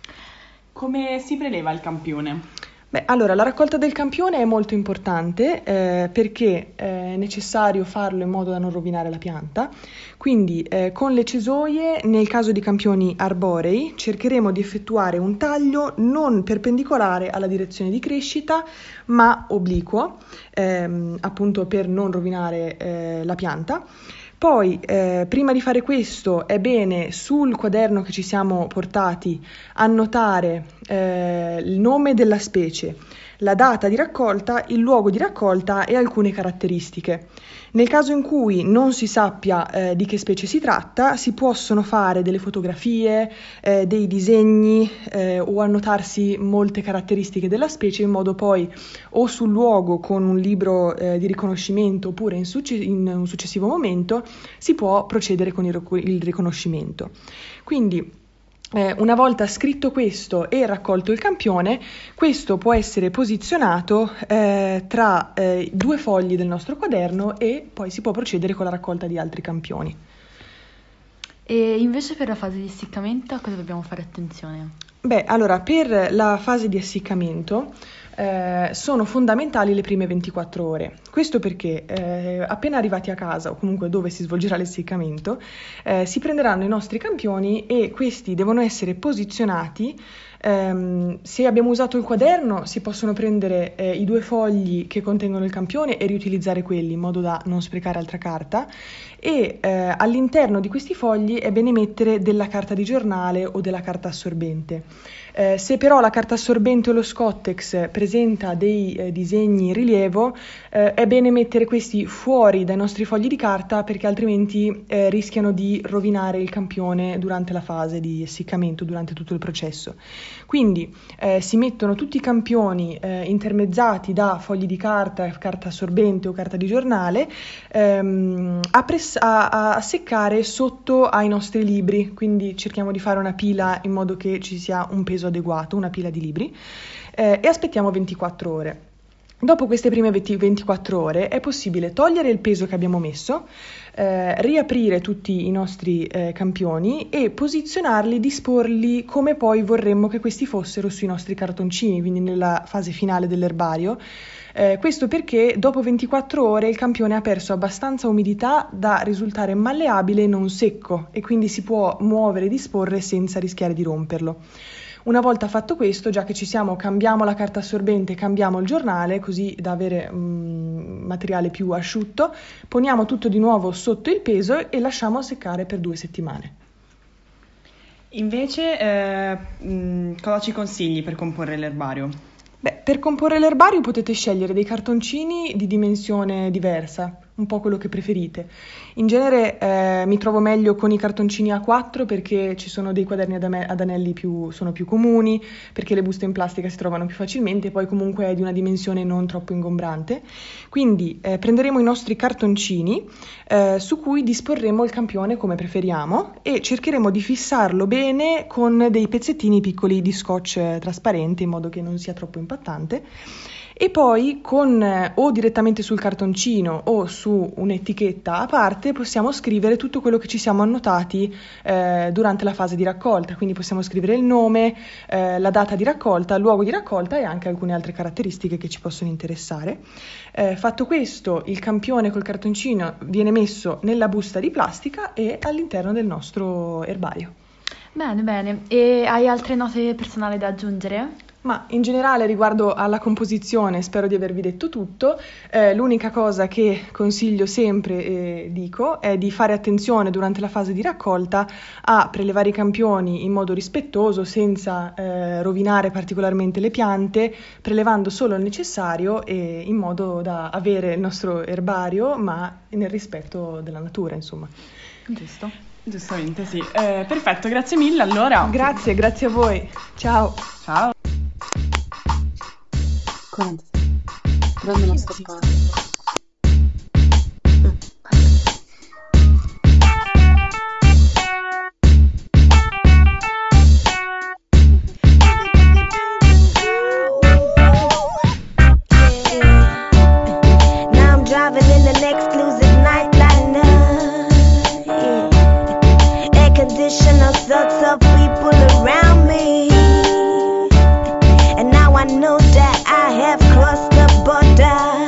Come si preleva il campione? Beh, allora, la raccolta del campione è molto importante perché è necessario farlo in modo da non rovinare la pianta. Quindi con le cesoie, nel caso di campioni arborei, cercheremo di effettuare un taglio non perpendicolare alla direzione di crescita, ma obliquo, appunto per non rovinare la pianta. Poi, prima di fare questo, è bene sul quaderno che ci siamo portati annotare il nome della specie, la data di raccolta, il luogo di raccolta e alcune caratteristiche. Nel caso in cui non si sappia di che specie si tratta, si possono fare delle fotografie, dei disegni o annotarsi molte caratteristiche della specie in modo poi o sul luogo con un libro di riconoscimento oppure in un successivo momento si può procedere con il riconoscimento. Quindi una volta scritto questo e raccolto il campione, questo può essere posizionato tra 2 fogli del nostro quaderno e poi si può procedere con la raccolta di altri campioni. E invece per la fase di essiccamento a cosa dobbiamo fare attenzione? Beh, allora, per la fase di essiccamento sono fondamentali le prime 24 ore. Questo perché appena arrivati a casa o comunque dove si svolgerà l'essiccamento, si prenderanno i nostri campioni e questi devono essere posizionati. Se abbiamo usato il quaderno, si possono prendere i 2 fogli che contengono il campione e riutilizzare quelli in modo da non sprecare altra carta. E all'interno di questi fogli è bene mettere della carta di giornale o della carta assorbente. Se però la carta assorbente o lo Scottex presenta presenta dei disegni in rilievo, è bene mettere questi fuori dai nostri fogli di carta perché altrimenti rischiano di rovinare il campione durante la fase di essiccamento, durante tutto il processo. Quindi si mettono tutti i campioni intermezzati da fogli di carta, carta assorbente o carta di giornale a seccare sotto ai nostri libri, quindi cerchiamo di fare una pila in modo che ci sia un peso adeguato, una pila di libri, e aspettiamo 24 ore. Dopo queste prime 24 ore è possibile togliere il peso che abbiamo messo, riaprire tutti i nostri campioni e posizionarli, disporli come poi vorremmo che questi fossero sui nostri cartoncini, quindi nella fase finale dell'erbario. Questo perché dopo 24 ore il campione ha perso abbastanza umidità da risultare malleabile e non secco e quindi si può muovere e disporre senza rischiare di romperlo. Una volta fatto questo, già che ci siamo, cambiamo la carta assorbente, cambiamo il giornale, così da avere materiale più asciutto, poniamo tutto di nuovo sotto il peso e lasciamo seccare per 2 settimane. Invece, cosa ci consigli per comporre l'erbario? Per comporre l'erbario potete scegliere dei cartoncini di dimensione diversa, un po' quello che preferite. In genere mi trovo meglio con i cartoncini A4 perché ci sono dei quaderni ad anelli sono più comuni, perché le buste in plastica si trovano più facilmente e poi comunque è di una dimensione non troppo ingombrante. Quindi prenderemo i nostri cartoncini su cui disporremo il campione come preferiamo e cercheremo di fissarlo bene con dei pezzettini piccoli di scotch trasparente in modo che non sia troppo impattante. E poi o direttamente sul cartoncino o su un'etichetta a parte possiamo scrivere tutto quello che ci siamo annotati durante la fase di raccolta, quindi possiamo scrivere il nome, la data di raccolta, il luogo di raccolta e anche alcune altre caratteristiche che ci possono interessare. Fatto questo, il campione col cartoncino viene messo nella busta di plastica e all'interno del nostro erbario. Bene, bene. E hai altre note personali da aggiungere? Ma in generale riguardo alla composizione spero di avervi detto tutto. L'unica cosa che consiglio sempre e dico è di fare attenzione durante la fase di raccolta a prelevare i campioni in modo rispettoso senza rovinare particolarmente le piante, prelevando solo il necessario e in modo da avere il nostro erbario ma nel rispetto della natura, insomma. Giusto. Giustamente, sì. Perfetto, grazie mille allora. Grazie a voi. Ciao. Ciao. Prendo una stoppata. Now I'm driving in an exclusive nightliner. Yeah. Air conditioner, lots of people around me. And now I know that I have crossed the border.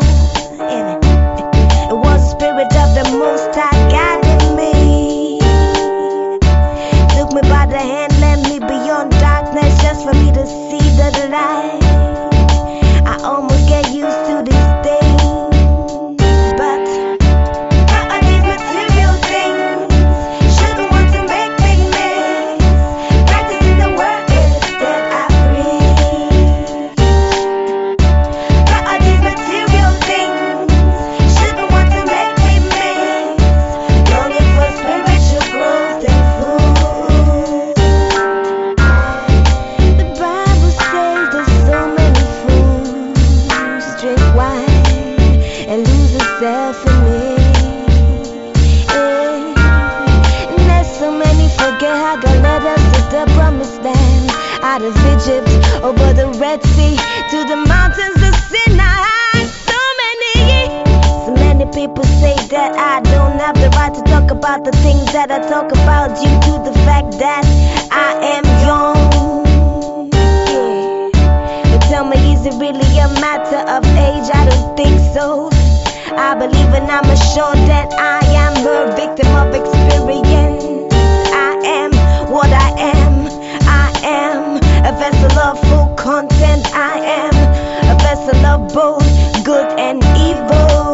It was the spirit of the Most High guiding me. Took me by the hand, led me beyond darkness just for me to see the light. I almost get used to this thing, but what are these material things? Shouldn't want to make me miss practicing the word that I breathe. What are these material things? Shouldn't want to make me miss longing for spiritual growth and food. The Bible says there's so many fools drink wine and lose themselves in it. And there's so many forget how God led us to the promised land, out of Egypt, over the Red Sea, to the mountains of Sinai. So many people say that I don't have the right to talk about the things that I talk about due to the fact that I am young. Yeah. But tell me, is it really a matter of age? I don't think so. I believe and I'm assured that I am a victim of experience. I am what I am. I am a vessel of full content. I am a vessel of both good and evil.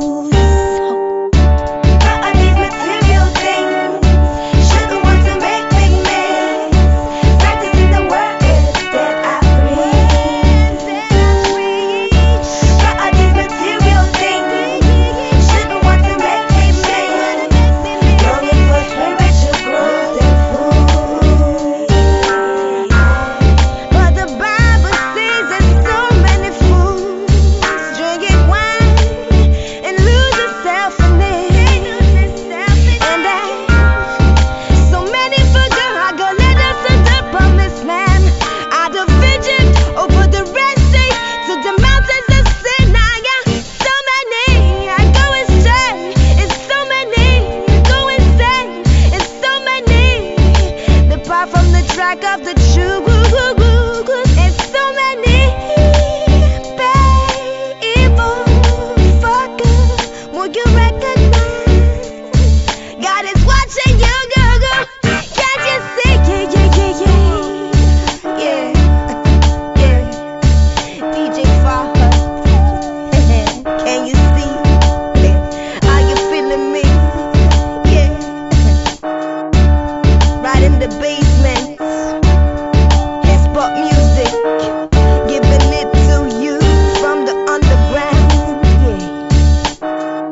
What are these material things? Shouldn't want to make me miss practicing the word that I breathe. far from the track of the truth. And so many people fuckers, will you recognize? God is watching you, girl. Can't you see? Yeah. DJ Fahad, can you see? Are you feeling me? Yeah. Right in the basement, it's pop music, giving it to you from the underground. Yeah.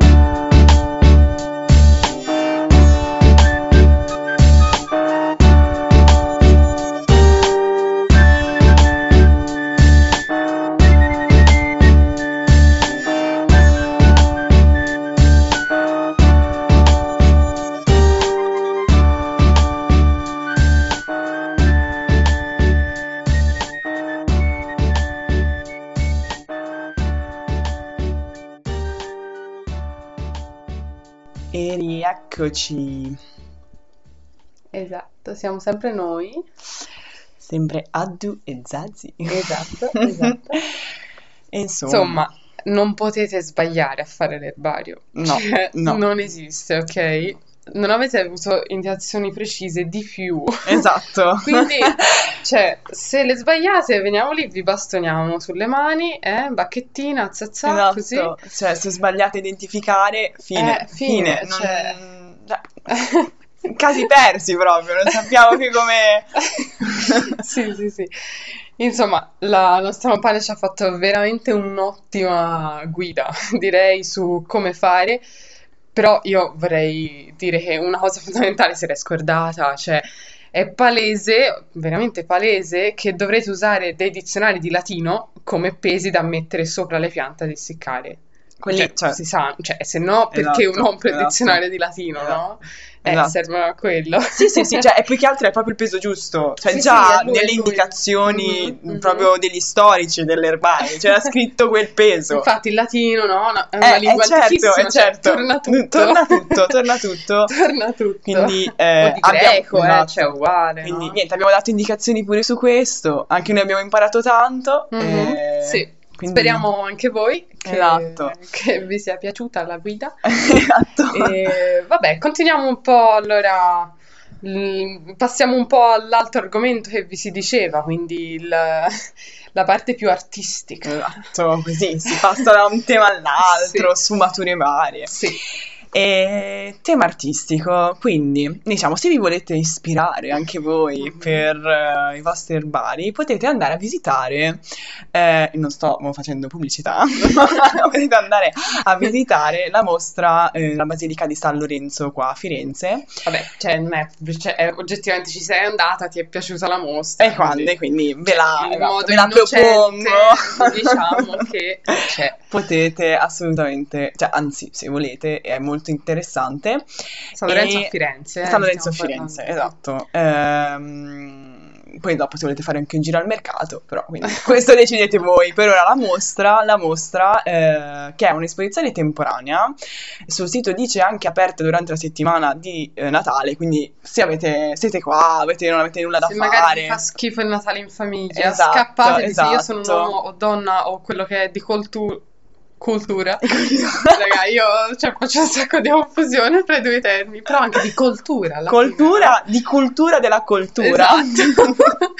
E rieccoci, Esatto, siamo sempre noi. sempre Addu e Zazi. Esatto. E Insomma, non potete sbagliare a fare l'erbario. No, Cioè, no. non esiste, ok? Non avete avuto indicazioni precise di più. Esatto. Quindi, cioè, se le sbagliate, veniamo lì, vi bastoniamo sulle mani, bacchettina, zazza, così. Esatto, cioè se sbagliate a identificare, fine. Fine, Non- cioè. Casi persi proprio, non sappiamo più come... Sì. Insomma, la nostra compagna ci ha fatto veramente un'ottima guida, direi, su come fare. Però io vorrei dire che una cosa fondamentale se l'è scordata, cioè è palese, veramente palese, che dovrete usare dei dizionari di latino come pesi da mettere sopra le piante ad essiccare. Quelli, cioè, si sa, cioè, se no, perché esatto, uno compra il esatto. dizionario di latino, no? Esatto. Serve a quello. Sì, cioè, e più che altro è proprio il peso giusto, cioè Sì, già sì, è lui, nelle è lui. indicazioni Mhm. proprio degli storici dell'erbario c'era scritto quel peso. Infatti il latino, no? È una lingua antichissima, cioè, certo. torna tutto. Torna tutto. Torna tutto. Quindi O di greco, esatto. cioè uguale, Quindi no? niente, abbiamo dato indicazioni pure su questo, anche noi abbiamo imparato tanto. Mhm. Sì. quindi- Speriamo anche voi Esatto. che vi sia piaciuta la guida. Esatto. E vabbè, continuiamo un po' allora. Passiamo un po' all'altro argomento che vi si diceva, quindi la parte più artistica. Esatto, così si passa da un tema all'altro, Sì. sfumature varie. Sì. E tema artistico, quindi diciamo, se vi volete ispirare anche voi per i vostri erbari, potete andare a visitare, non sto facendo pubblicità, potete andare a visitare la mostra della Basilica di San Lorenzo qua a Firenze. Vabbè, cioè, non è, cioè, oggettivamente ci sei andata, ti è piaciuta la mostra. E quindi ve la, in esatto, modo ve la innocente, propongo. diciamo che c'è. Potete assolutamente, cioè anzi, se volete, è molto interessante. San Lorenzo E- a Firenze. San Lorenzo a stiamo Firenze, parlando. esatto. Poi dopo se volete fare anche un giro al mercato, però quindi questo decidete voi. Per ora la mostra che è un'esposizione temporanea, sul sito dice anche aperta durante la settimana di Natale, quindi se siete qua, non avete nulla da Se magari fare. vi fa schifo il Natale in famiglia, Esatto, scappate, dite io sono un esatto. uomo o donna o quello che è di cultura. Raga, io faccio un sacco di confusione fra i due termini, però anche di cultura. alla Cultura, di cultura della cultura. Esatto.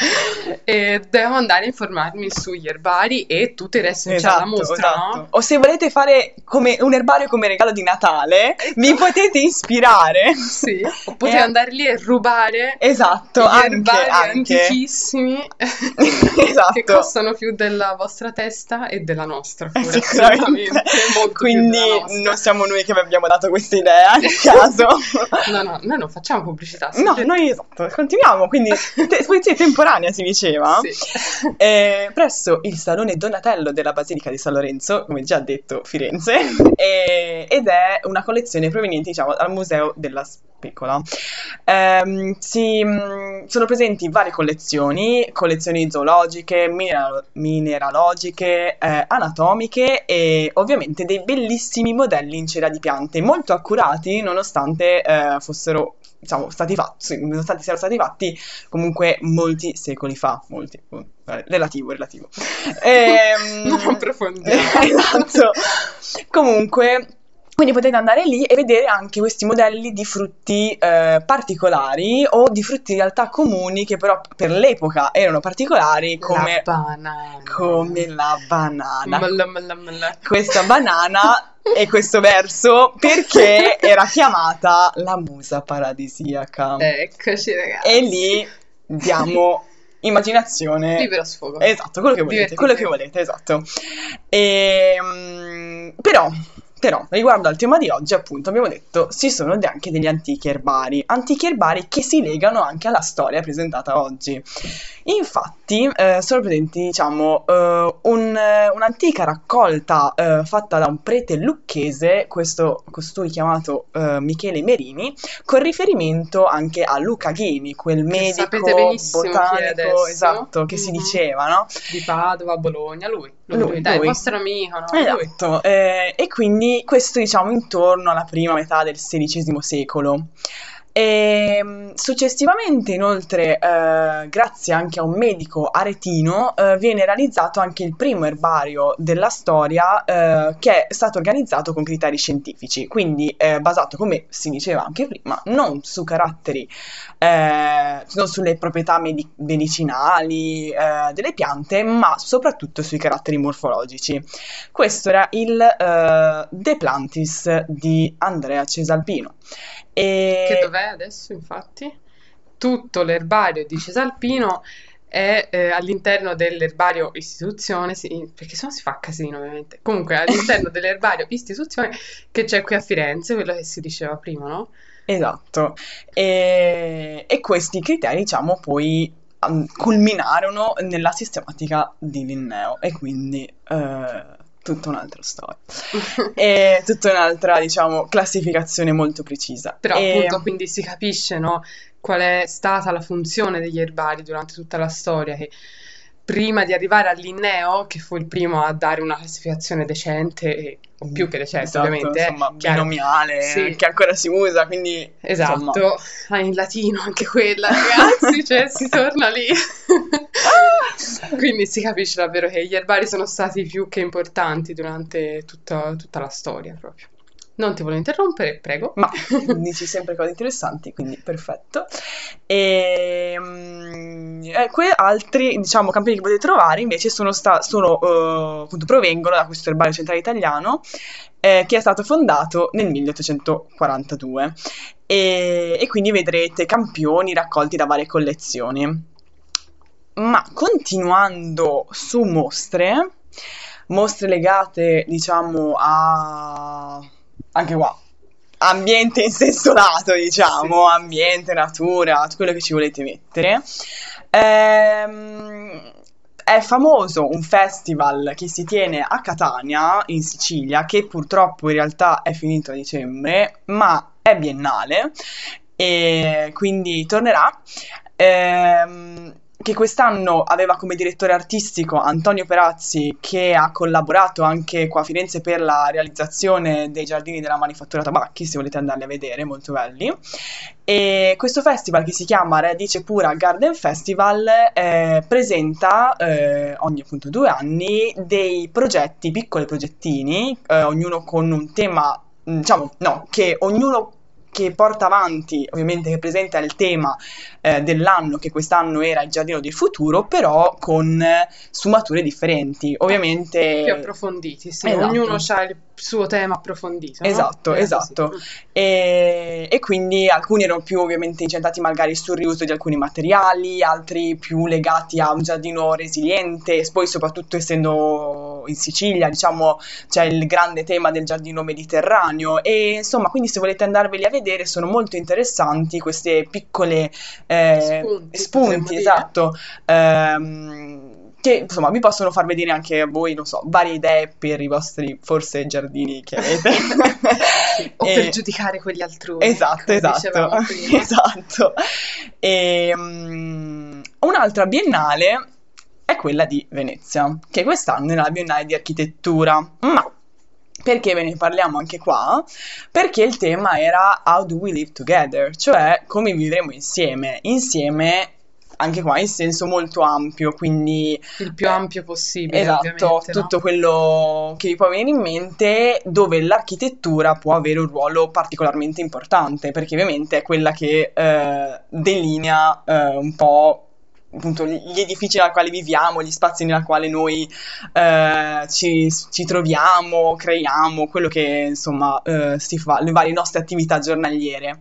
E devo andare a informarmi sugli erbari e tutto il resto che c'è alla mostra, no? O se volete fare come un erbario come regalo di Natale, vi potete ispirare. Sì, o potete E- andare lì e rubare Esatto, gli anche, erbari anche. antichissimi Esatto. che costano più della vostra testa e della nostra, pure, Sicuramente. molto più Quindi della nostra. non siamo noi che vi abbiamo dato questa idea, nel caso. No, noi non facciamo pubblicità. No, semplicemente- noi esatto, continuiamo, quindi esposizione temporanea si diceva, Sì. presso il Salone Donatello della Basilica di San Lorenzo, come già detto Firenze, ed è una collezione proveniente, diciamo, dal Museo della Specola. Sono presenti varie collezioni zoologiche, mineralogiche, anatomiche e ovviamente dei bellissimi modelli in cera di piante, molto accurati nonostante fossero stati fatti, nonostante siano stati fatti comunque molti secoli fa, relativo. Non approfondiamo. Esatto. Comunque, quindi potete andare lì e vedere anche questi modelli di frutti particolari o di frutti in realtà comuni che però per l'epoca erano particolari come la banana. Questa banana e questo verso perché era chiamata la musa paradisiaca. Eccoci ragazzi. E lì diamo immaginazione. Libero sfogo. Esatto, quello che volete, esatto. Però, riguardo al tema di oggi, appunto, abbiamo detto, ci sono anche degli antichi erbari che si legano anche alla storia presentata oggi. Infatti, sono presenti, diciamo, un'antica raccolta fatta da un prete lucchese, costui chiamato Michele Merini, con riferimento anche a Luca Ghini, quel medico botanico, esatto, che si diceva, no? Di Padova, Bologna, lui, dai, il vostro amico, no? Esatto, e quindi questo diciamo intorno alla prima metà del XVI secolo. E successivamente, inoltre, grazie anche a un medico aretino, viene realizzato anche il primo erbario della storia che è stato organizzato con criteri scientifici, quindi basato, come si diceva anche prima, non su caratteri, non sulle proprietà medicinali delle piante, ma soprattutto sui caratteri morfologici. Questo era il De Plantis di Andrea Cesalpino. Che dov'è adesso, infatti? Tutto l'erbario di Cesalpino è all'interno dell'erbario istituzione, perché sennò si fa casino ovviamente. Comunque all'interno dell'erbario istituzione che c'è qui a Firenze, quello che si diceva prima, no? Esatto. E questi criteri, diciamo, poi culminarono nella sistematica di Linneo e quindi tutta un'altra storia e tutta un'altra, diciamo, classificazione molto precisa. Però appunto quindi si capisce, no, qual è stata la funzione degli erbari durante tutta la storia, che prima di arrivare a Linneo, che fu il primo a dare una classificazione decente, o più che decente, esatto, ovviamente, insomma, binomiale, sì, che ancora si usa, quindi esatto, in latino anche quella, ragazzi, cioè si torna lì. Quindi si capisce davvero che gli erbari sono stati più che importanti durante tutta la storia proprio. Non ti voglio interrompere, prego. Ma dici sempre cose interessanti, quindi perfetto. E altri, diciamo, campioni che potete trovare invece appunto, provengono da questo erbario centrale italiano che è stato fondato nel 1842 e quindi vedrete campioni raccolti da varie collezioni. Ma continuando su mostre legate, diciamo, anche qua, ambiente in senso lato, diciamo, sì. Ambiente, natura, tutto quello che ci volete mettere. È famoso un festival che si tiene a Catania, in Sicilia, che purtroppo in realtà è finito a dicembre, ma è biennale e quindi tornerà. Che quest'anno aveva come direttore artistico Antonio Perazzi, che ha collaborato anche qua a Firenze per la realizzazione dei giardini della Manifattura Tabacchi, se volete andarli a vedere, molto belli. E questo festival, che si chiama Radice Pura Garden Festival, presenta ogni appunto 2 anni dei progetti, piccoli progettini, ognuno con un tema, diciamo, no, che ognuno che porta avanti, ovviamente che presenta il tema dell'anno, che quest'anno era il giardino del futuro, però con sfumature differenti, ovviamente più approfonditi, sì, esatto. Ognuno ha il suo tema approfondito, esatto, no? Esatto. E quindi alcuni erano più ovviamente incentrati magari sul riuso di alcuni materiali, altri più legati a un giardino resiliente, e poi soprattutto essendo in Sicilia, diciamo, c'è il grande tema del giardino mediterraneo, e insomma, quindi se volete andarveli a vedere, sono molto interessanti queste piccole spunti, esatto, che insomma vi possono far vedere anche a voi, non so, varie idee per i vostri forse giardini che avete. Sì, o per giudicare quelli altrui. Esatto. Esatto. Un'altra biennale è quella di Venezia, che quest'anno è la Biennale di Architettura, ma Perché ve ne parliamo anche qua? Perché il tema era How do we live together? Cioè come vivremo insieme. Insieme, anche qua in senso molto ampio, quindi Il più ampio possibile, esatto, ovviamente, no? tutto quello che vi può venire in mente, dove l'architettura può avere un ruolo particolarmente importante, perché ovviamente è quella che delinea un po' appunto gli edifici nei quali viviamo, gli spazi nei quali noi ci troviamo, creiamo, quello che insomma si fa, le varie nostre attività giornaliere.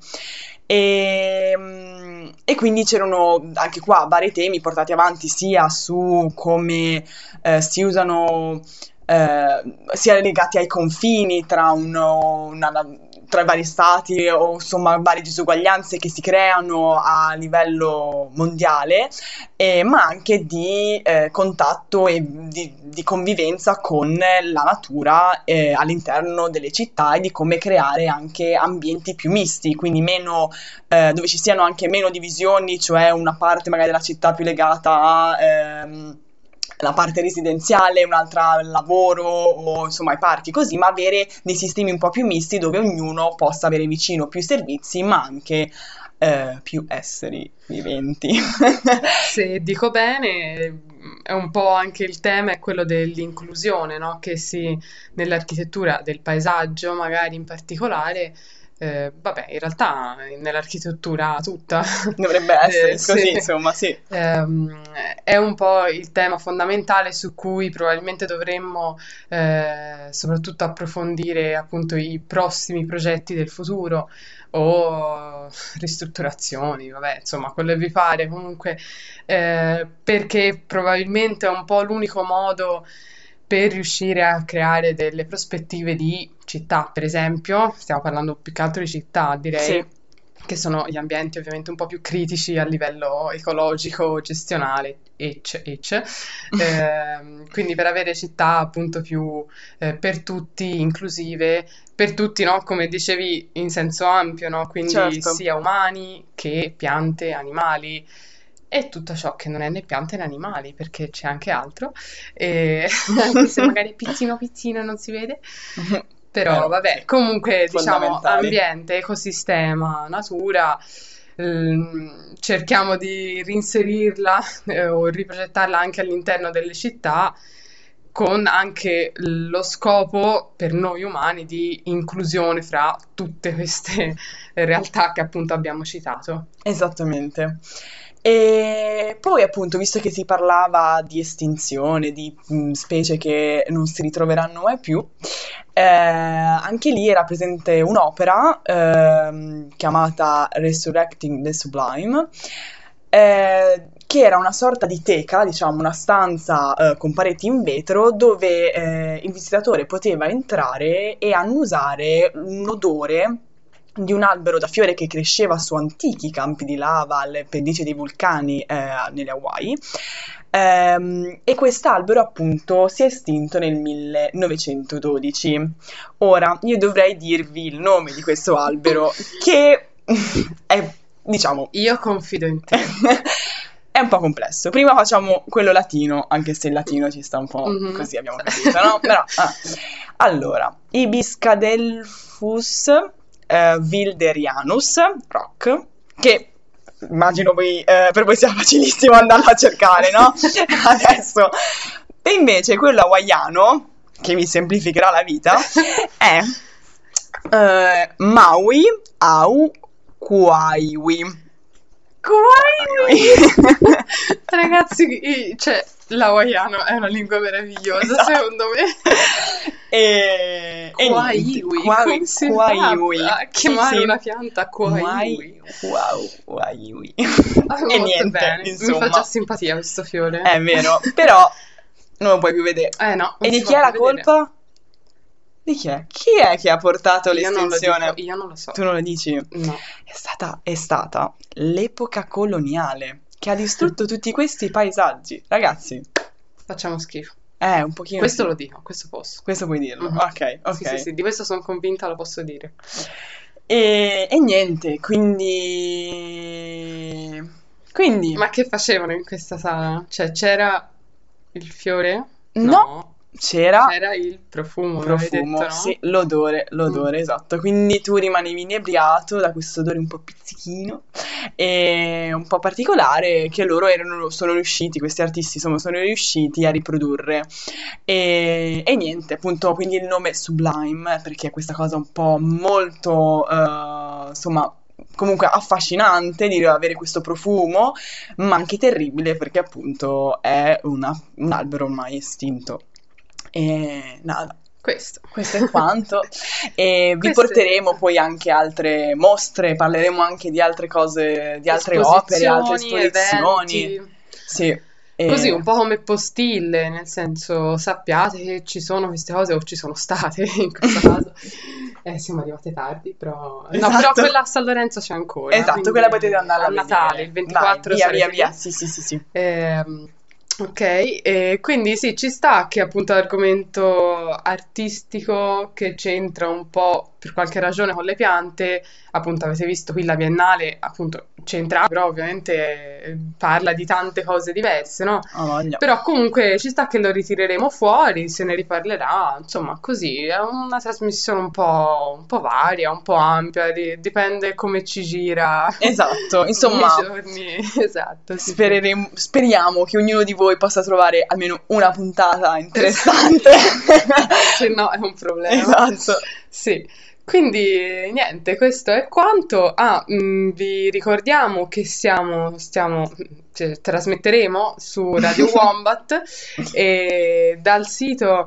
E quindi c'erano anche qua vari temi portati avanti sia su come si usano, sia legati ai confini tra tra i vari stati o insomma varie disuguaglianze che si creano a livello mondiale, ma anche di contatto e di convivenza con la natura all'interno delle città e di come creare anche ambienti più misti, quindi meno dove ci siano anche meno divisioni, cioè una parte magari della città più legata a la parte residenziale, un'altra al lavoro o insomma ai parchi così, ma avere dei sistemi un po' più misti dove ognuno possa avere vicino più servizi ma anche più esseri viventi. Se dico bene, è un po' anche il tema è quello dell'inclusione, no? Che nell'architettura del paesaggio, magari in particolare, vabbè, in realtà nell'architettura tutta Dovrebbe essere così, sì, insomma, sì. è un po' il tema fondamentale su cui probabilmente dovremmo soprattutto approfondire appunto i prossimi progetti del futuro o ristrutturazioni, vabbè, insomma, quello che vi pare comunque, perché probabilmente è un po' l'unico modo per riuscire a creare delle prospettive di città, per esempio, stiamo parlando più che altro di città, direi, Sì. che sono gli ambienti ovviamente un po' più critici a livello ecologico, gestionale, quindi per avere città appunto più per tutti, inclusive, per tutti, no? Come dicevi, in senso ampio, no? Quindi Certo. sia umani che piante, animali e tutto ciò che non è né piante né animali, perché c'è anche altro, anche se magari piccino piccino non si vede. Però Vero, vabbè, sì. comunque diciamo Fondamentali. ambiente, ecosistema, natura, cerchiamo di reinserirla o riprogettarla anche all'interno delle città con anche lo scopo per noi umani di inclusione fra tutte queste realtà che appunto abbiamo citato. Esattamente. E poi appunto, visto che si parlava di estinzione, di specie che non si ritroveranno mai più, anche lì era presente un'opera chiamata Resurrecting the Sublime, che era una sorta di teca, diciamo una stanza con pareti in vetro dove il visitatore poteva entrare e annusare un odore di un albero da fiore che cresceva su antichi campi di lava alle pendici dei vulcani nelle Hawaii. E quest'albero appunto si è estinto nel 1912. Ora, io dovrei dirvi il nome di questo albero che è, diciamo, Io confido in te. è un po' complesso. Prima facciamo quello latino, anche se il latino ci sta un po' Mhm. così, abbiamo capito, no? Però, allora, Ibiscadelphus wilderianus, Rock, che immagino voi, per voi sia facilissimo andarlo a cercare, no? Adesso, e invece quello hawaiano, che vi semplificherà la vita, è Maui au Kuaiwi. Ragazzi, cioè, l'hawaiano è una lingua meravigliosa, secondo me. E Kuaiwi, come si fa a chiamare una pianta Kuaiwi? Kuaiwi. Molto E niente, bene. insomma. Mi fa già simpatia questo fiore. È vero, però non lo puoi più vedere. No, E non di si chi è fa la più vedere. colpa? Di chi è? Chi è che ha portato Io non lo l'estinzione? dico, io non lo so. Tu non lo dici? No. È stata l'epoca coloniale che ha distrutto tutti questi paesaggi. Ragazzi, Facciamo schifo. un pochino Questo sì. lo dico, questo posso. Questo puoi dirlo. Mhm. Ok. Sì, di questo sono convinta, lo posso dire. E niente, quindi Ma che facevano in questa sala? Cioè, c'era il fiore? no, c'era il profumo, mi avevi profumo, detto, no? sì, l'odore, esatto. Quindi tu rimanevi inebriato da questo odore un po' pizzichino e un po' particolare che loro sono riusciti, questi artisti sono riusciti a riprodurre. E niente, appunto, quindi il nome Sublime, perché è questa cosa un po' molto, insomma, comunque affascinante di avere questo profumo, ma anche terribile perché appunto è un albero ormai estinto. E nada, questo è quanto. E vi porteremo poi anche altre mostre, parleremo anche di altre cose, di altre opere, altre esposizioni. Eventi. Sì. Così un po' come postille, nel senso sappiate che ci sono queste cose o ci sono state in questo caso. Siamo arrivate tardi, però no, Esatto. però quella a San Lorenzo c'è ancora. Esatto, quindi quella potete andare a Natale, il 24 Vai, via. sarete lì. Sì. Ok, e quindi sì, ci sta che appunto l'argomento artistico che c'entra un po' per qualche ragione con le piante, appunto avete visto qui la Biennale, appunto c'entra, però ovviamente parla di tante cose diverse, no? Ho voglia. Però comunque ci sta che lo ritireremo fuori, se ne riparlerà, insomma così, è una trasmissione un po' varia, un po' ampia, dipende come ci gira. Esatto, insomma, nei giorni. Esatto, sì. speriamo che ognuno di voi possa trovare almeno una puntata interessante. Se no è un problema. Esatto. Sì. Quindi niente, questo è quanto. Vi ricordiamo che trasmetteremo su Radio Wombat e dal sito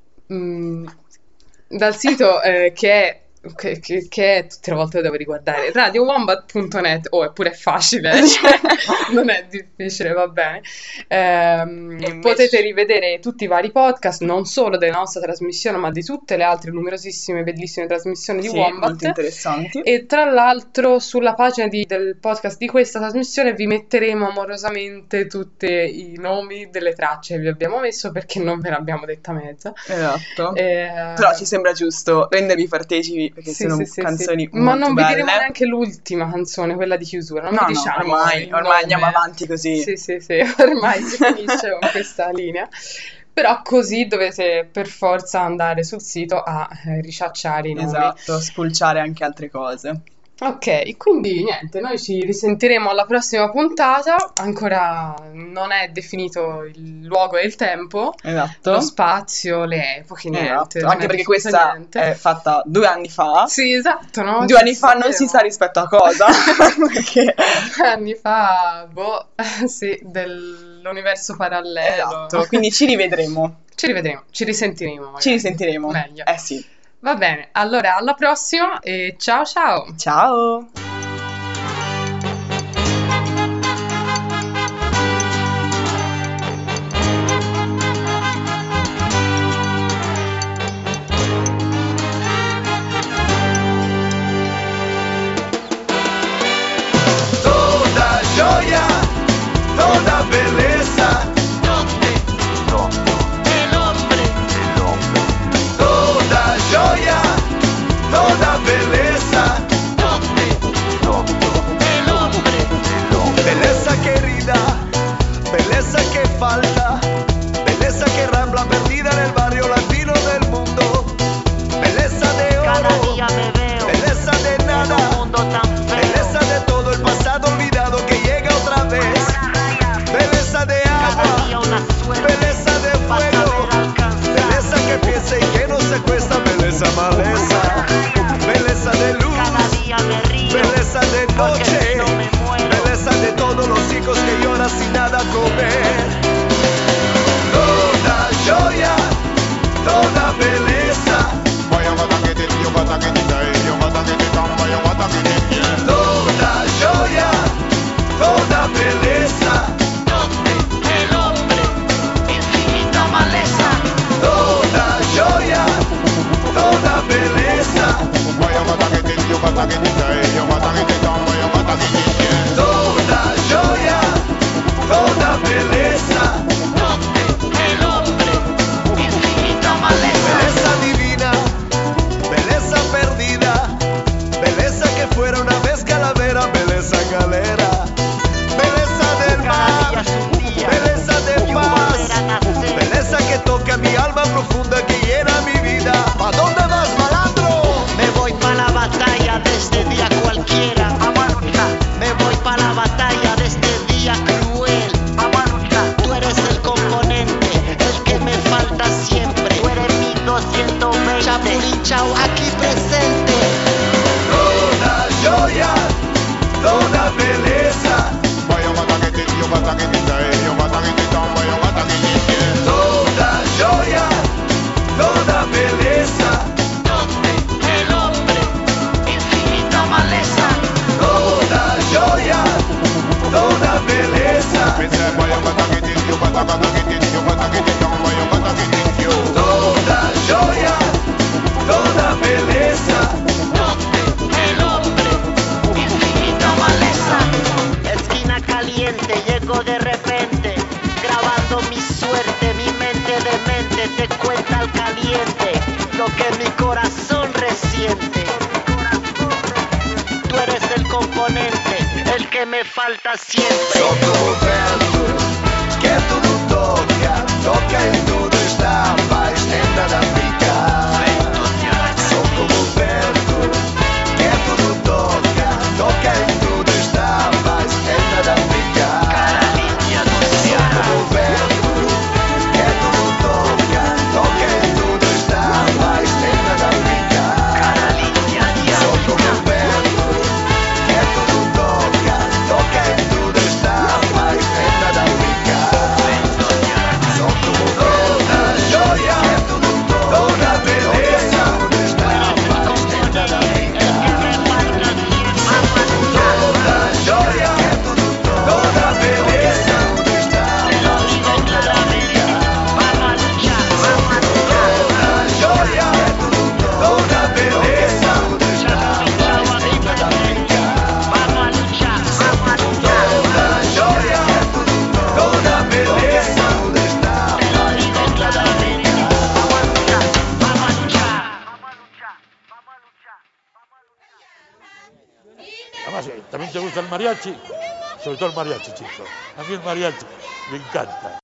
che è tutte le volte lo devo riguardare, radiowombat.net. Eppure è facile, cioè, non è difficile, va bene. Potete rivedere tutti i vari podcast, non solo della nostra trasmissione ma di tutte le altre numerosissime bellissime trasmissioni di Wombat, molto interessanti. e tra l'altro sulla pagina del podcast di questa trasmissione vi metteremo amorosamente tutti i nomi delle tracce che vi abbiamo messo, perché non ve l'abbiamo detta mezza. Esatto. Però ci sembra giusto rendervi partecipi, perché sono canzoni molto ma non vi belle. diremo neanche l'ultima canzone, quella di chiusura, non vi diciamo ormai il nome. andiamo avanti così. Sì, ormai si finisce con questa linea. Però così dovete per forza andare sul sito a ricacciare i nomi. Esatto, spulciare anche altre cose. Ok, quindi niente, noi ci risentiremo alla prossima puntata, ancora non è definito il luogo e il tempo, Esatto. lo spazio, le epoche, niente. Esatto. non Anche è perché definito questa niente. è fatta 2 anni fa. Sì, esatto, no? 2 anni fa non si sa rispetto a cosa. Perché 2 anni fa, sì, dell'universo parallelo. esatto, quindi ci rivedremo. Ci risentiremo magari. Ci risentiremo. Meglio. Sì. Va bene, allora alla prossima e ciao ciao! Ciao! Toda joia, toda beleza, toda joia, toda beleza, belleza querida, belleza que falta, belleza que rambla perdida en el barrio latino del mundo, belleza de oro, belleza de nada, belleza de todo el pasado olvidado que llega otra vez, belleza de agua, belleza de fuego, belleza que piensa y que no se cuesta, belleza maleza, belleza de luz, belleza de noche, belleza de todos los hijos que lloran sin nada comer. Toda joia, toda beleza, toda joia, toda beleza, toda joia, toda beleza, toda joia, toda beleza, belleza divina, belleza perdida, belleza que fuera una vez calavera, belleza galera, belleza del mar, belleza de paz, belleza que toca mi alma llegó de repente, grabando mi suerte, mi mente demente te cuenta al caliente lo que mi corazón resiente. Tú eres el componente, el que me falta siempre. Sotto o vento che tudo toca e tudo está, vai stenda da fica. Sotto o vento che tudo toca e tudo está, vai stenda da fica. Sotto o vento che tudo toca e tudo está, vai stenda da fica. Sotto o vento che tudo toca e tudo está, vai stenda da fica. Sotto o vento gioia che tudo toda beleza está, vai stenda da fica. Toda gioia che tudo toda beleza está, vai stenda da fica. Toda gioia che tudo toda beleza está, vai stenda da fica. Toda gioia che tudo toda beleza está, vai stenda da fica. Además, ¿también te gusta el mariachi? Sobre todo el mariachi, chico. A mí el mariachi me encanta.